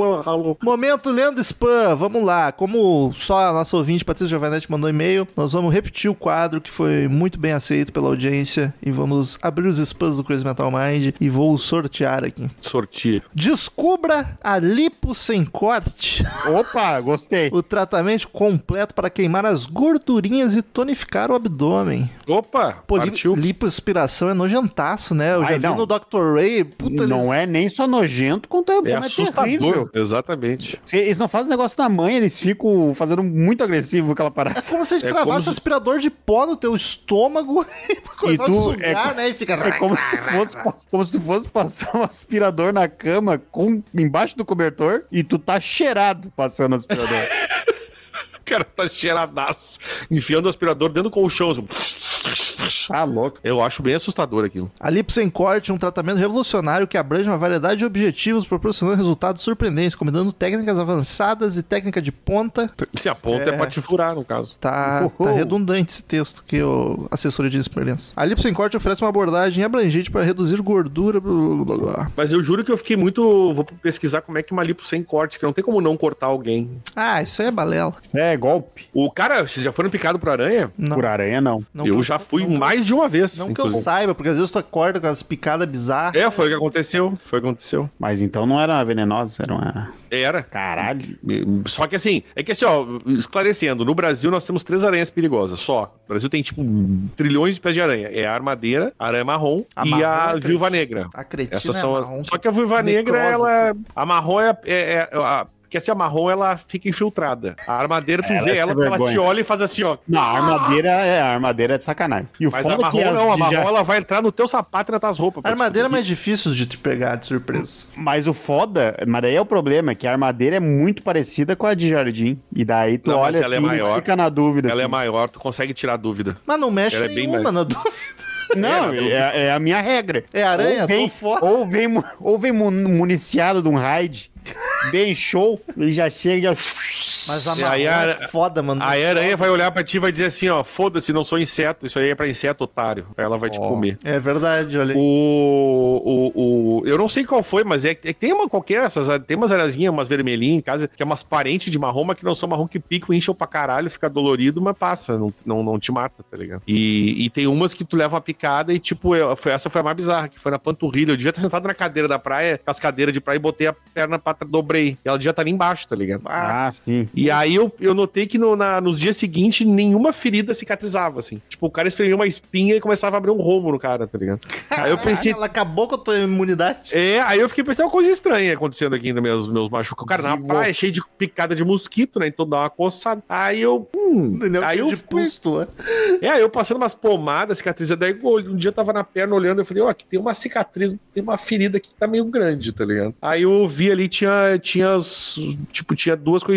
Momento lendo spam, vamos lá. Como só a nossa ouvinte, Patrícia Giovanetti, mandou e-mail, nós vamos repetir o quadro que foi muito bem aceito pela audiência e vamos abrir os spams do Crazy Metal Mind e vou sortear aqui. Sorteio. Descubra a lipo sem corte. Opa, gostei. O tratamento completo para queimar as gordurinhas e tonificar o abdômen. Opa, Pô, partiu. lipoaspiração é nojentaço, né? Eu já vi no Dr. Ray. Puta, não é nem só nojento, quanto é assustador. terrível. Exatamente. Eles não fazem negócio da mãe, eles ficam fazendo muito agressivo aquela parada. É como se você cravasse aspirador de pó no teu estômago e começar a sugar, né? E fica... É como se tu fosse passar um aspirador na cama embaixo do cobertor e tu tá cheirado passando o aspirador. O cara tá cheiradaço, enfiando o aspirador dentro do colchão. Assim. Tá louco. Eu acho bem assustador aquilo. A lipo sem corte é um tratamento revolucionário que abrange uma variedade de objetivos, proporcionando resultados surpreendentes, combinando técnicas avançadas e técnica de ponta. Se a ponta é pra te furar, no caso. Tá redundante esse texto que a assessoria de experiência. A lipo sem corte oferece uma abordagem abrangente para reduzir gordura, blá, blá, blá. Mas eu juro que eu fiquei muito... Vou pesquisar como é que uma lipo sem corte, que não tem como não cortar alguém. Ah, isso aí é balela. É golpe. O cara, vocês já foram picados por aranha? Não. Por aranha, não. Eu já fui mais de uma vez. Não que eu saiba, porque às vezes tu acorda com as picadas bizarras. É, foi o que aconteceu. Foi o que aconteceu. Mas então não era uma venenosa, era uma... Era. Caralho. Só que assim, é que assim, ó, esclarecendo, no Brasil nós temos 3 aranhas perigosas, só. O Brasil tem, tipo, trilhões de pés de aranha. É a armadeira, a aranha marrom e a viúva negra. A cretina Essas são marrom. Só que a viúva negra, ela... A marrom porque assim, a marrom, ela fica infiltrada. A armadeira, tu vê ela, ela te olha e faz assim, ó. Não, a armadeira é de sacanagem. E o Mas a marrom não, a marrom ela vai entrar no teu sapato e nas tuas roupas. A armadeira é mais difícil de te pegar de surpresa. Mas o foda, mas daí é o problema, que a armadeira é muito parecida com a de jardim. E daí tu olha assim e fica na dúvida. Ela assim. é maior, tu consegue tirar a dúvida. Mas não mexe ela nenhuma na dúvida. Não, é a minha regra. É aranha, tô fora. Ou vem municiado de um raid, bem show, e já chega... Mas a marrom é foda, mano. A aranha vai olhar pra ti e vai dizer assim, ó, foda-se, não sou inseto, isso aí é pra inseto, otário. Aí ela vai te comer. É verdade, olha aí. Eu não sei qual foi, mas é que tem uma qualquer, tem umas arazinhas, umas vermelhinhas em casa, que é umas parentes de marrom, mas que não são marrom, que picam, incham pra caralho, fica dolorido, mas passa, não te mata, tá ligado? E tem umas que tu leva uma picada e, tipo, essa foi a mais bizarra, que foi na panturrilha. Eu devia estar sentado na cadeira da praia, com as cadeiras de praia, e botei a perna pra dobrei. E ela devia estar ali embaixo, tá ligado? Ah, sim. E aí eu notei que nos dias seguintes nenhuma ferida cicatrizava, assim. Tipo, o cara espremia uma espinha e começava a abrir um rombo no cara, tá ligado? Aí eu pensei... Ela acabou com a tua imunidade. Aí eu fiquei pensando uma coisa estranha acontecendo aqui nos meus machucos. O cara na praia, cheio de picada de mosquito, né? Então dá uma coçada. Aí eu... aí eu de pústula. Aí eu passando umas pomadas, cicatrizando. Daí um dia eu tava na perna olhando, eu falei, ó, aqui tem uma cicatriz, tem uma ferida aqui que tá meio grande, tá ligado? Aí eu vi ali, tinha 2 coisinhas, assim,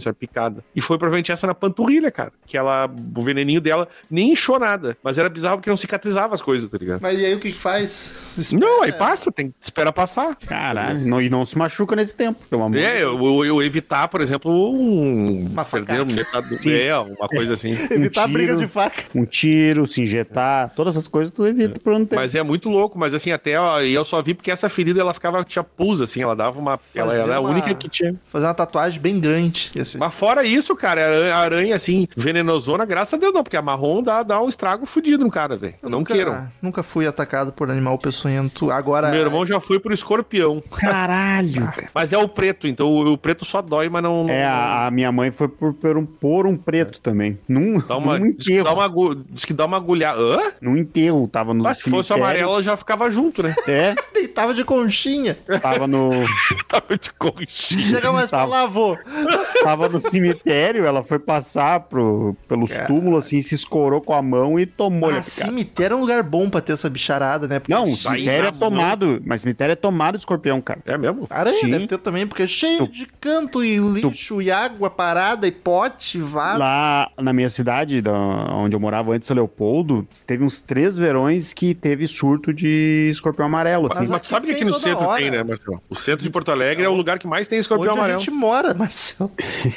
sabe? Picada. E foi provavelmente essa na panturrilha, cara. Que o veneninho dela nem inchou nada. Mas era bizarro porque não cicatrizava as coisas, tá ligado? Mas e aí o que faz? Não, aí passa, tem que esperar passar. Caralho, e não se machuca nesse tempo, pelo amor de Deus. Eu evitar, por exemplo, Uma perder facada. uma coisa assim. Evitar tiro. brigas de faca. Um tiro, se injetar, todas essas coisas tu evita por não ter. Mas é muito louco, mas assim, até eu só vi porque essa ferida ela tinha pus, assim, ela dava uma. Ela era a única que tinha. Fazer uma tatuagem bem grande. Mas fora isso, cara, a aranha, assim, venenosona, graças a Deus não, porque a marrom dá um estrago fudido no cara, velho. Não queiram. Nunca fui atacado por animal peçonhento. Agora. Meu irmão já foi por escorpião. Caralho, cara. Mas é o preto, então o preto só dói, mas não. A minha mãe foi por um preto também. Num enterro. Diz que dá uma agulhada. Hã? Num enterro, tava no Mas se fosse amarelo, ela já ficava junto, né? É, Deitava de conchinha. tava no Tava de conchinha. Chega mais pra lá, avô. tava no cemitério, ela foi passar pelos túmulos, assim, se escorou com a mão e tomou-lhe a picada. Cemitério é um lugar bom pra ter essa bicharada, né? Porque Não, o Sair cemitério na é tomado, mas cemitério é tomado de escorpião, cara. É mesmo? aranha Sim. deve ter também, porque é cheio de canto e lixo e água parada e pote, vaso. Lá na minha cidade, onde eu morava antes, São Leopoldo, teve uns 3 verões que teve surto de escorpião amarelo, assim. Mas Mas tu sabe que tem aqui no toda centro hora. tem, né, Marcelo? O centro de Porto Alegre é o lugar que mais tem escorpião Onde amarelo. a gente mora, Marcelo.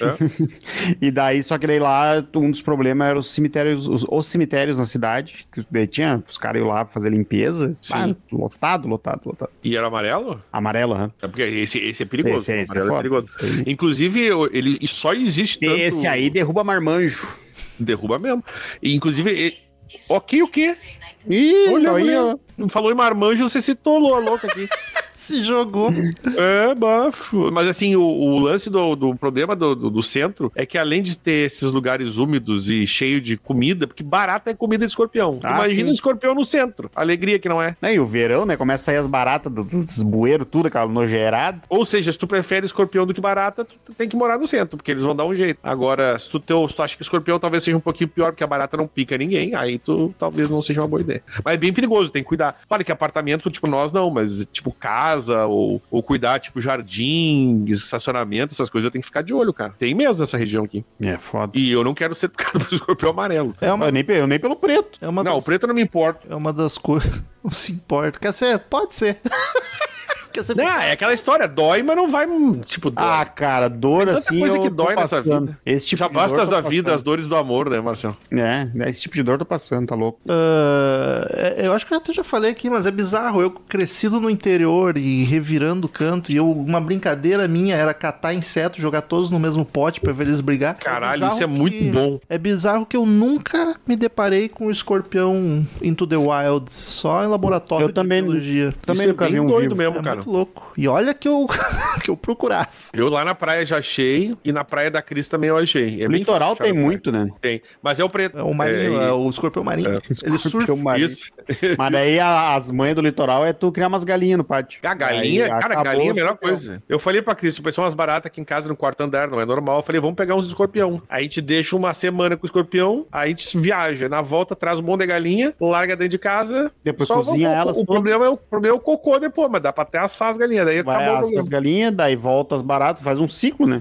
E daí, só que daí lá, um dos problemas era os cemitérios na cidade, que daí tinha, os caras iam lá fazer limpeza. Sim. Lotado. E era amarelo? Amarelo, aham. É porque esse é perigoso. Esse O amarelo é foda. perigoso. Esse aí. Inclusive, ele só existe tanto... Esse aí derruba marmanjo. Derruba mesmo. E, inclusive... Ok, o quê? Ih, Olha aí, ó. Não falou em marmanjo, você citou a louca aqui. Se jogou. É, bafo. Mas assim, o lance do problema do centro é que além de ter esses lugares úmidos e cheio de comida, porque barata é comida de escorpião. Ah, Imagina sim. escorpião no centro. Alegria que não é. E o verão, né? Começa a sair as baratas dos bueiros, tudo, aquela nojeirada. Ou seja, se tu prefere escorpião do que barata, tu tem que morar no centro, porque eles vão dar um jeito. Agora, se tu acha que escorpião talvez seja um pouquinho pior, porque a barata não pica ninguém, aí tu talvez não seja uma boa ideia. Mas é bem perigoso, tem que cuidar. Claro que apartamento, tipo, nós não, mas tipo casa ou cuidar, tipo, jardim, estacionamento, essas coisas, eu tenho que ficar de olho, cara. Tem mesmo nessa região aqui. É foda. E eu não quero ser picado por escorpião amarelo. Eu nem pelo preto. É uma Não, das, o preto eu não me importa. é uma das coisas. Não se importa. Quer ser? Pode ser. Quer ser? Não, é aquela história, dói, mas não vai, tipo, dói. Ah, cara, dor Tem tanta assim. coisa eu que tô dói nessa passando. vida. Esse tipo Já de dor basta tô da vida, as passando. dores do amor, né, Marcelo? Esse tipo de dor eu tô passando, tá louco. Eu acho que eu até já falei aqui, mas é bizarro. Eu crescido no interior e revirando o canto, e uma brincadeira minha era catar insetos, jogar todos no mesmo pote pra ver eles brigar. Caralho, bizarro isso é muito bom. É bizarro que eu nunca me deparei com um escorpião Into the Wild, só em laboratório Eu também- de biologia. Também Isso nunca é vi bem um doido vivo. mesmo, É cara. muito louco. E olha que eu, que eu procurava. Eu lá na praia já achei, e na praia da Cris também eu achei. É O bem litoral fechado, tem né? muito, né? Tem. Mas é o preto. É o marinho, É, o escorpião marinho. Ele surfa. Escorpião marinho. Isso. Mas daí as manhas do litoral é tu criar umas galinhas no pátio. A galinha, Aí cara, acabou galinha é a os melhor escorpião. coisa. Eu falei pra Cris, pensou umas baratas aqui em casa no quarto andar, não é normal. Eu falei, vamos pegar uns escorpião. Aí a gente deixa uma semana com o escorpião, aí a gente viaja. Na volta, traz um monte de galinha, larga dentro de casa. Depois só cozinha volta. elas O problema é o cocô depois, mas dá pra até assar as galinhas. Daí Vai acabou o as problema. galinhas, daí volta as baratas, faz um ciclo, né?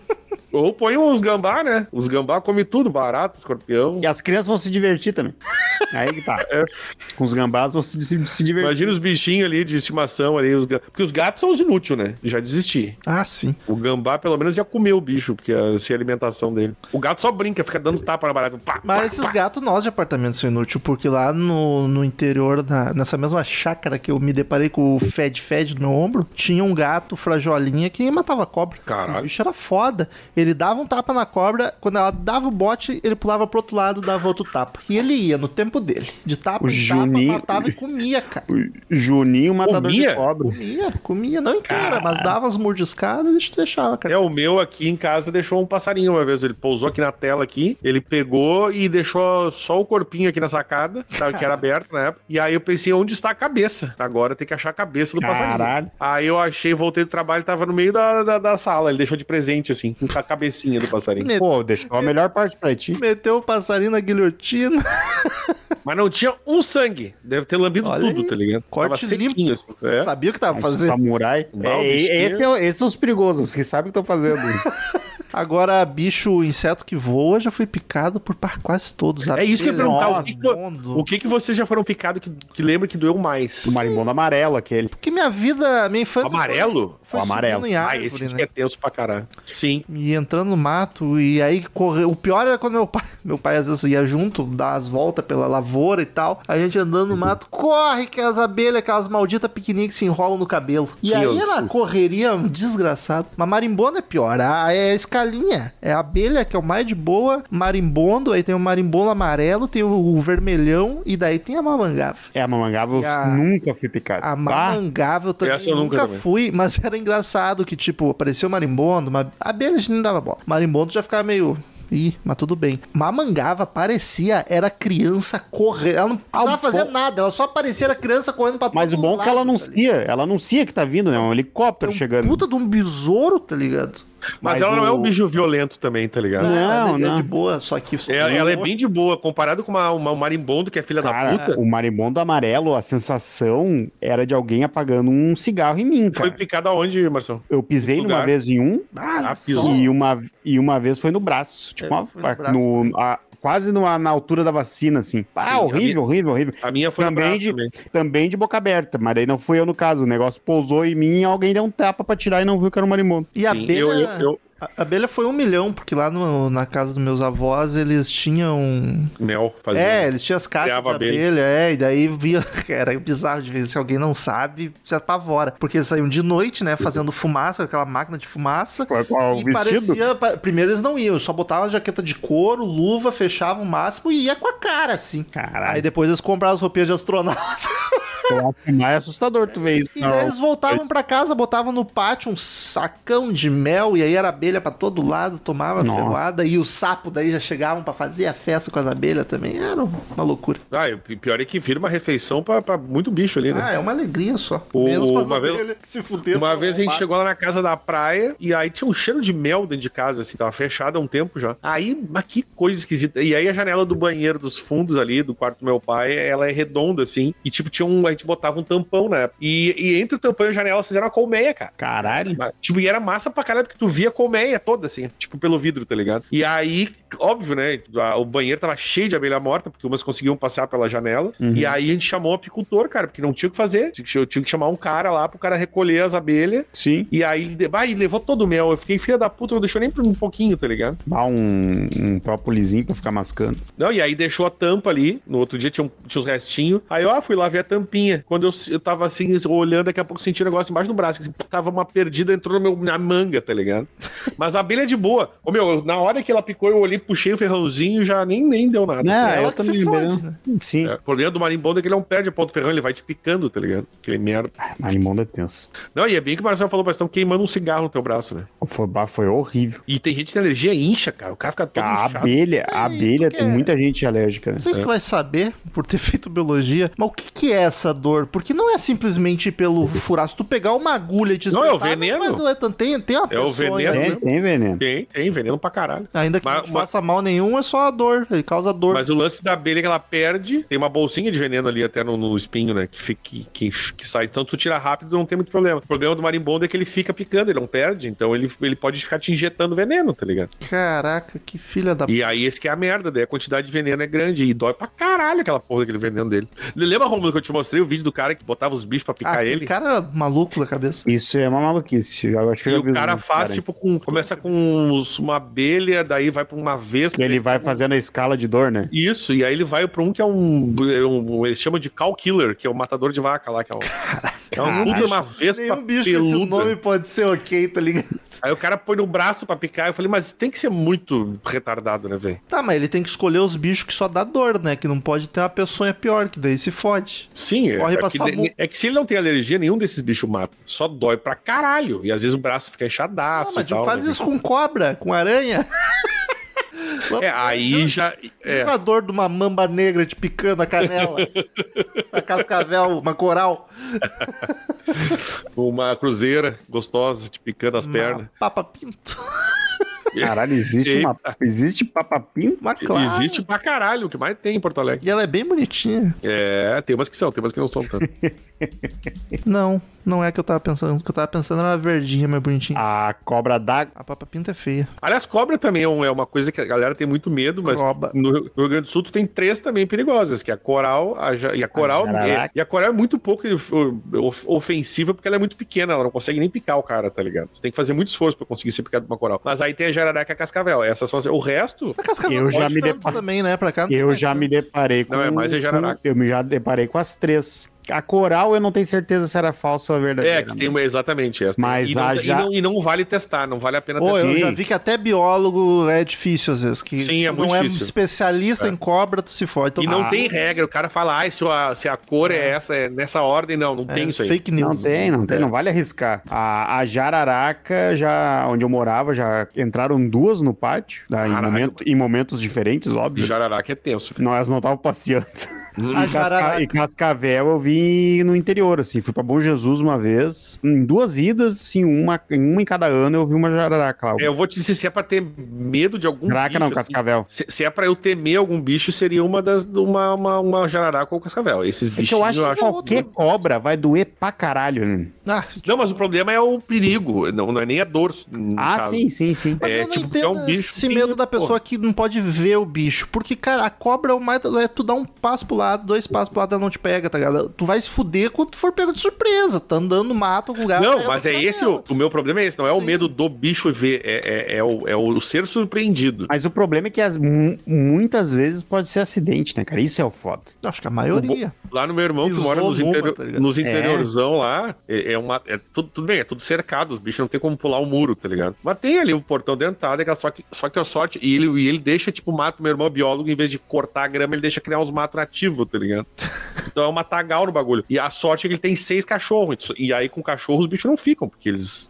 Ou põe uns gambá, né? Os gambá comem tudo, barato, escorpião. E as crianças vão se divertir também. Aí que tá. Com os gambás vão se divertir. Imagina os bichinhos ali de estimação ali. Porque os gatos são os inúteis, né? Já desisti. Ah, sim. O gambá, pelo menos, ia comer o bicho, porque ia ser a alimentação dele. O gato só brinca, fica dando tapa na barata. Pá, Mas pá, esses pá. gatos nós de apartamento são inúteis, porque lá no interior, nessa mesma chácara que eu me deparei com o Fed no meu ombro, tinha um gato frajolinha que matava cobra. Caralho. O bicho era foda. Ele dava um tapa na cobra, quando ela dava o bote, ele pulava pro outro lado, dava outro tapa. E ele ia no tempo dele. De tapa O em Juninho- tapa, matava e comia, cara. O Juninho, matador Comia? de cobra. Comia, não inteira, mas dava umas mordiscadas e deixava, cara. É, o meu aqui em casa deixou um passarinho uma vez. Ele pousou aqui na tela aqui, ele pegou e deixou só o corpinho aqui na sacada, sabe, que era aberto na época. E aí eu pensei, onde está a cabeça? Agora tem que achar a cabeça do Caralho. passarinho. Aí eu achei, voltei do trabalho, tava no meio da sala. Ele deixou de presente, assim, com a cabecinha do passarinho. Pô, deixou a melhor parte pra ti. Meteu o passarinho na guilhotina. Mas não tinha um sangue. Deve ter lambido Olha tudo, aí. tá ligado? Corte Tava sequinho, assim. É. Sabia o que tava Um fazendo. samurai. Não, bichinho. Esses são os perigosos, que sabem o que estão fazendo. Agora, bicho, inseto que voa, já fui picado por quase todos. É isso que eu ia Abelha, perguntar. O que vocês já foram picados que lembra que doeu mais? O marimbondo amarelo, aquele. Porque minha infância... Amarelo? Foi O amarelo. subindo em árvore, Esse né? é tenso pra caralho. Sim. E entrando no mato, e aí correu. O pior era quando meu pai às vezes ia junto, dar as voltas pela lavoura e tal. A gente andando no mato, corre que as abelhas, aquelas malditas pequenininhas que se enrolam no cabelo. E aí ela correria desgraçado. Mas marimbondo é pior, é a escalinha. É a abelha que é o mais de boa, marimbondo, aí tem o marimbondo amarelo, tem o vermelhão e daí tem a mamangava. A mamangava eu nunca fui picado. A mamangava eu também Essa eu nunca fui, mas era engraçado que, tipo, apareceu o marimbondo, a abelha a gente não dava bola. Marimbondo já ficava meio... Ih, mas tudo bem. Mamangava parecia, era criança correndo. Ela não precisava fazer nada, ela só aparecia, era criança correndo pra todo lado. Mas o bom é que ela anuncia que tá vindo, né? Um helicóptero chegando. Puta de um besouro, tá ligado? Mas ela não é um bicho violento também, tá ligado? Ela é de boa, só que... Ela é bem de boa, comparado com uma marimbondo, que é filha da puta. O marimbondo amarelo, a sensação era de alguém apagando um cigarro em mim, cara. Foi picado aonde, Marcelo? Eu pisei numa vez em um, pisou. e uma vez foi no braço. Tipo, quase na altura da vacina, assim. Horrível. A minha foi também de boca aberta, mas daí não fui eu no caso. O negócio pousou em mim e alguém deu um tapa pra tirar e não viu que era um marimbondo. E a abelha... A abelha foi 1 milhão, porque lá na casa dos meus avós, eles tinham... Mel, eles tinham as caixas de abelha, e daí via... Era bizarro de ver, se alguém não sabe, se apavora. Porque eles saíam de noite, né, fazendo fumaça, aquela máquina de fumaça. Qual o vestido? Primeiro eles não iam, só botavam a jaqueta de couro, luva, fechavam o máximo e ia com a cara, assim. Caralho. Aí depois eles compravam as roupinhas de astronauta. Eu acho mais assustador tu ver isso. E daí eles voltavam pra casa, botavam no pátio um sacão de mel, e aí era abelha pra todo lado, tomava ferroada, e os sapos daí já chegavam pra fazer a festa com as abelhas também, era uma loucura. O pior é que vira uma refeição pra muito bicho ali, né? É uma alegria só. Menos pra as abelhas que se fuderam. Uma vez a gente chegou lá na casa da praia, e aí tinha um cheiro de mel dentro de casa, assim, tava fechado há um tempo já. Aí, mas que coisa esquisita. E aí a janela do banheiro dos fundos ali, do quarto do meu pai, ela é redonda, assim, e tipo, a gente botava um tampão na época. E entre o tampão e a janela fizeram uma colmeia, cara. Caralho. Tipo, e era massa pra caralho, porque tu via a colmeia toda, assim, tipo, pelo vidro, tá ligado? E aí, óbvio, né, o banheiro tava cheio de abelha morta, porque umas conseguiam passar pela janela. E aí a gente chamou o apicultor, cara, porque não tinha o que fazer. Eu tinha que chamar um cara lá pro cara recolher as abelhas. Sim. E aí, levou todo o mel. Eu fiquei filha da puta, não deixou nem por um pouquinho, tá ligado? Dá um própolizinho pra ficar mascando. Não, e aí deixou a tampa ali. No outro dia tinha os restinhos. Aí eu fui lá ver a tampinha. Quando eu tava assim, olhando, daqui a pouco senti um negócio embaixo do braço. Assim, tava uma perdida, entrou na manga, tá ligado? Mas a abelha é de boa. Na hora que ela picou, eu olhei, puxei o ferrãozinho, já nem deu nada. Eu também. Né? Sim. O problema do marimbondo é que ele não perde a ponta do ferrão, ele vai te picando, tá ligado? Aquele merda. Marimbondo é tenso. Não, e é bem que o Marcelo falou, mas estão queimando um cigarro no teu braço, né? Foi horrível. E tem gente que tem alergia incha, cara. O cara fica todo inchado. A abelha tem muita gente alérgica. Não sei se tu vai saber, por ter feito biologia, mas o que é essa dor? Porque não é simplesmente pelo furar. Se tu pegar uma agulha e te Não, é o veneno. Não vai doer tanto. Tem uma É o veneno. Tem veneno. Tem veneno pra caralho. Ainda que não te faça mal nenhum, é só a dor. Ele causa dor. Mas o lance da abelha é que ela perde, tem uma bolsinha de veneno ali até no espinho, né? Que sai. Então tu tira rápido, não tem muito problema. O problema do marimbondo é que ele fica picando, ele não perde. Então ele pode ficar te injetando veneno, tá ligado? Caraca, que filha da... E aí esse que é a merda, daí a quantidade de veneno é grande. E dói pra caralho aquela porra daquele veneno dele. Lembra, Romulo, que eu te mostrei o vídeo do cara que botava os bichos pra picar ele? O cara era maluco da cabeça. Isso é uma maluquice. Eu acho que o cara faz, tipo, começa com uma abelha, daí vai pra uma vespa. Que ele vai fazendo a escala de dor, né? Isso, e aí ele vai pra um que é eles chamam de cow killer, que é o matador de vaca lá, que é uma vespa nenhum bicho que esse nome pode ser ok, tá ligado? Aí o cara põe no braço pra picar, eu falei, mas tem que ser muito retardado, né, velho? Tá, mas ele tem que escolher os bichos que só dá dor, né? Que não pode ter uma peçonha pior, que daí se fode. Sim, é que se ele não tem alergia, nenhum desses bichos mata. Só dói pra caralho. E às vezes o braço fica inchadaço. Mas faz isso com cobra, com aranha. Aí já... Diz a dor de uma mamba negra te picando a canela. Uma cascavel, uma coral. Uma cruzeira gostosa te picando as pernas. Papa pinto. Caralho, existe papapinto? Mas claro. Existe pra caralho, o que mais tem em Porto Alegre. E ela é bem bonitinha. Tem umas que são, tem umas que não são tanto. Não é que eu tava pensando. O que eu tava pensando era a verdinha, mais bonitinha. A cobra d'água. A Papa Pinto é feia. Aliás, cobra também é uma coisa que a galera tem muito medo, mas Cobra. no Rio Grande do Sul tu tem 3 também perigosas, que é a coral, e a coral jararaca. e a coral é muito pouco ofensiva porque ela é muito pequena, ela não consegue nem picar o cara, tá ligado? Tu tem que fazer muito esforço pra conseguir ser picado por uma coral. Mas aí tem a jararaca e a cascavel, essas são o resto... A cascavel Eu já pode me tanto deparei- também, né? Pra cá. Eu já me deparei com... Não, é mais a jararaca. Eu me já deparei com as 3. A coral eu não tenho certeza se era falsa ou verdadeira. que tem exatamente essa. Mas e não vale testar, não vale a pena Pô, testar. eu já Sim. vi que até biólogo é difícil às vezes. Que Sim, é se muito não é difícil. especialista em cobra, tu se fode. Então, E não tem regra, o cara fala, se a cor é essa, é nessa ordem, não tem isso aí. Fake news. Não tem, não vale arriscar. A jararaca, onde eu morava, já entraram 2 no pátio, em momentos diferentes, óbvio. Jararaca é tenso, velho. Nós não tava passeando. A jararaca. E cascavel eu vi no interior, assim. Fui pra Bom Jesus uma vez. Em 2 idas, assim, uma em cada ano eu vi uma jararaca lá. Eu vou te dizer, se é pra ter medo de algum Jararaca não, bicho, assim, cascavel. se é pra eu temer algum bicho, seria uma jararaca ou cascavel. Esses É que bichinhos eu acho que qualquer cobra vai doer pra caralho, né? Ah, Não, mas o problema é o perigo, não é nem a dor. no caso. Sim. mas É, eu não tipo, entendo é um bicho esse que- medo da pô. pessoa que não pode ver o bicho. Porque, cara, a cobra é tu dar um passo pro lado, 2 passos pro lado, ela não te pega, tá ligado? Tu vai se fuder quando tu for pego de surpresa. Tá andando no mato, algum lugar. Não, ela mas é tá esse nela. o meu problema é esse, não é o medo do bicho ver, é o ser surpreendido. Mas o problema é que muitas vezes pode ser acidente, né, cara? Isso é o foda. Acho que a maioria. Lá no meu irmão, que Pisou mora numa, tá ligado? nos interiorzão lá, tudo bem, é tudo cercado, os bichos não tem como pular o muro, tá ligado? Mas tem ali o portão dentado, só que a sorte, e ele deixa, tipo, mato, meu irmão é biólogo, em vez de cortar a grama, ele deixa criar uns matos nativos, tá ligado? Então é um matagal no bagulho. E a sorte é que ele tem 6 cachorros, e aí com cachorro os bichos não ficam, porque eles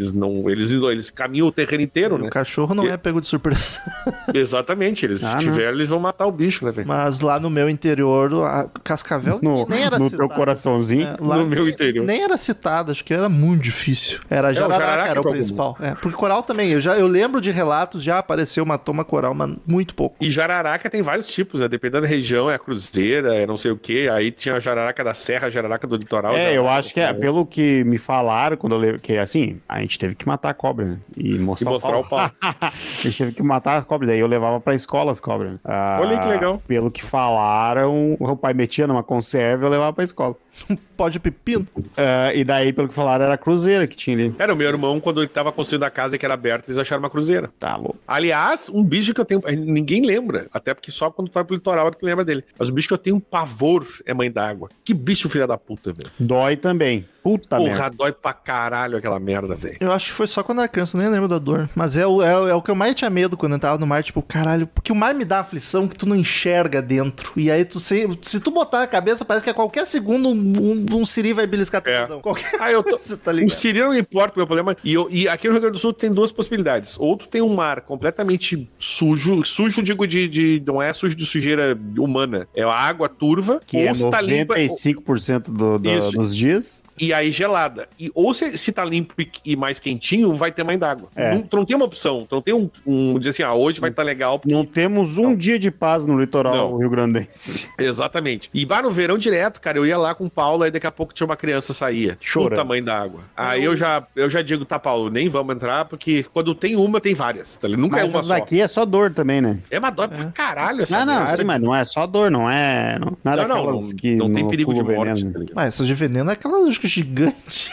caminham o terreno inteiro, né? O cachorro não é pego de surpresa. Exatamente, se tiver, eles vão matar o bicho, né, velho? Mas lá no meu interior, a cascavel nem era No citada. teu coraçãozinho. Lá No meu interior. Nem era citada, acho que era muito difícil. Era a jararaca, era o pra principal. Porque coral também, eu lembro de relatos, já apareceu uma toma coral, mas muito pouco. E jararaca tem vários tipos, né? Dependendo da região, é a cruzeira, é não sei o quê. Aí tinha a jararaca da serra, a jararaca do litoral. Eu acho que pelo que me falaram quando eu lembro, que assim, a gente teve que matar a cobra, né? E mostrar o pau. A gente teve que matar a cobra, daí eu levava pra escola as cobras. Olha que legal. Pelo que falaram, o pai metia numa conserva e eu levava pra escola. Pó de pepino. E daí, pelo que falaram, era a cruzeira que tinha ali. Era o meu irmão, quando ele tava construindo a casa que era aberta, eles acharam uma cruzeira. Tá louco. Aliás, um bicho que eu tenho... Ninguém lembra, até porque só quando tu vai pro litoral é que lembra dele. Mas o bicho que eu tenho um pavor é mãe d'água. Que bicho filha da puta, velho. Dói também. Puta merda. Porra, dói pra caralho aquela merda, velho. Eu acho que foi só quando eu era criança, eu nem lembro da dor. Mas é o que eu mais tinha medo quando eu entrava no mar, tipo, caralho, porque o mar me dá aflição que tu não enxerga dentro. E aí se tu botar na cabeça, parece que a qualquer segundo um siri vai beliscar teu qualquer coisa, tá O ligado? siri não importa, o meu problema. E aqui no Rio Grande do Sul tem 2 possibilidades. Ou tu tem um mar completamente sujo, digo não é sujo de sujeira humana, é a água turva, Que ou é se tá limpa. 95% Isso. dos dias. E aí gelada. Ou se tá limpo e mais quentinho, vai ter mãe d'água. É. Tu não tem uma opção. Tu não tem dizer assim, hoje vai estar legal. Porque... Não temos um dia de paz no litoral Não. rio-grandense. Exatamente. E no verão direto, cara, eu ia lá com o Paulo, aí daqui a pouco tinha uma criança saía. Chorando. O tamanho da água. Aí eu já digo, tá, Paulo, nem vamos entrar, porque quando tem uma, tem várias. Tá? Nunca Mas é uma essa só. daqui é só dor também, né? É uma dó pra caralho essa Não, merda. sim, mas não é só dor, não é... Nada daquelas que não tem no perigo de pulo morte. veneno. Tá ligado? Mas essas de veneno é aquela gigante.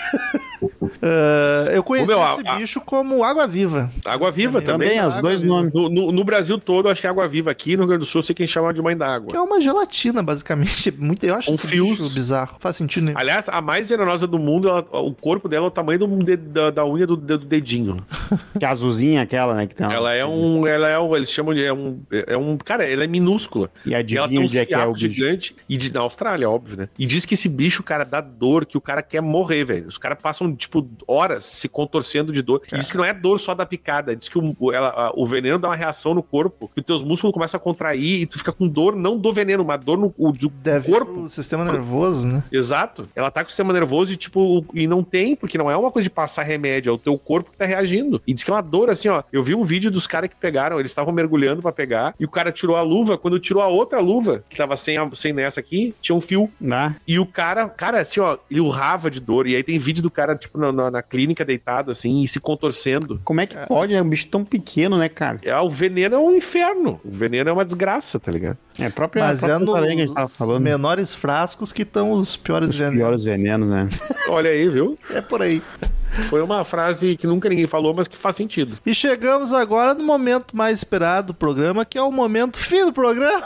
Eu conheci esse bicho como água-viva. Água-viva também. Também, os dois nomes. No Brasil todo, acho que é água-viva. Aqui no Rio Grande do Sul, eu sei quem chama de mãe Que d'água. é uma gelatina, basicamente. Eu acho esse fios. bicho bizarro. Faz sentido nenhum. Aliás, a mais venenosa do mundo, o corpo dela é o tamanho da unha do dedinho. Que a azulzinha aquela, né? Que tem Eles chamam de... Cara, ela é minúscula. E ela tem adivinha uns onde é que é o fiapos bicho? gigantes. Na Austrália, óbvio, né? E diz que esse bicho, cara, dá dor, que o cara quer morrer, velho. Os caras passam, tipo, horas se contorcendo de dor. E diz que não é dor só da picada, diz que o veneno dá uma reação no corpo, que os teus músculos começam a contrair e tu fica com dor, não do veneno, mas dor no corpo. O sistema nervoso, né? Exato. Ela tá com o sistema nervoso e não tem, porque não é uma coisa de passar remédio, é o teu corpo que tá reagindo. E diz que é uma dor assim, ó. Eu vi um vídeo dos caras que pegaram, eles estavam mergulhando pra pegar, e o cara tirou a luva, quando tirou a outra luva, que tava sem nessa aqui, tinha um fio. E o cara, assim, ó, ele urrava de dor. E aí tem vídeo do cara, tipo, na clínica deitado, assim, e se contorcendo. Como é que pode, né? Um bicho tão pequeno, né, cara? O veneno é um inferno. O veneno é uma desgraça, tá ligado? Mas é nos menores frascos que estão os piores venenos. Os piores venenos, né? Olha aí, viu? É por aí. Foi uma frase que nunca ninguém falou, mas que faz sentido. E chegamos agora no momento mais esperado do programa, que é o momento fim do programa.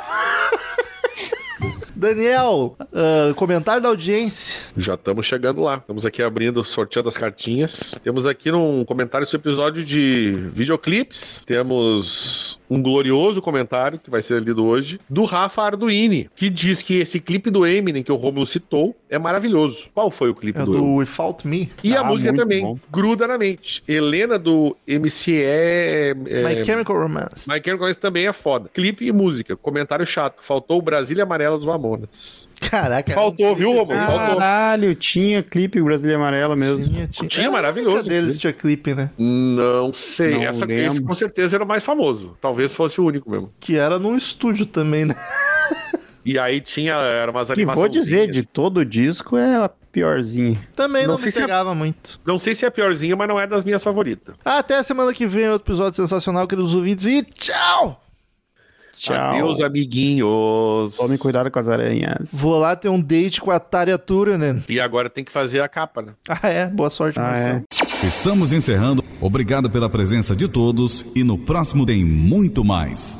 Daniel, comentário da audiência. Já estamos chegando lá. Estamos aqui abrindo, sorteando as cartinhas. Temos aqui um comentário esse episódio de videoclipes. Temos um glorioso comentário, que vai ser lido hoje, do Rafa Arduini, que diz que esse clipe do Eminem, que o Romulo citou, é maravilhoso. Qual foi o clipe do Eminem? Without Me. E a música também, bom. Gruda na mente. Helena do MCE... My Chemical Romance. My Chemical Romance também é foda. Clipe e música. Comentário chato. Faltou o Brasília Amarela dos Mamonas. Caraca. Faltou, viu, Romulo? Faltou. Caralho, tinha clipe Brasília Amarela mesmo. Tinha maravilhoso. Deles tinha clipe, né? Não sei. Esse com certeza era o mais famoso. Talvez fosse o único mesmo. Que era num estúdio também, né? E aí era umas animações. Que vou dizer, de todo o disco é a piorzinha. Também não me pegava muito. Não sei se é a piorzinha, mas não é das minhas favoritas. Até a semana que vem, outro episódio sensacional, queridos ouvintes, e tchau! Tchau. Adeus, amiguinhos. Tome cuidado com as aranhas. Vou lá ter um date com a Tária Turunen. E agora tem que fazer a capa, né? Boa sorte, Marcelo. Estamos encerrando. Obrigado pela presença de todos e no próximo tem muito mais.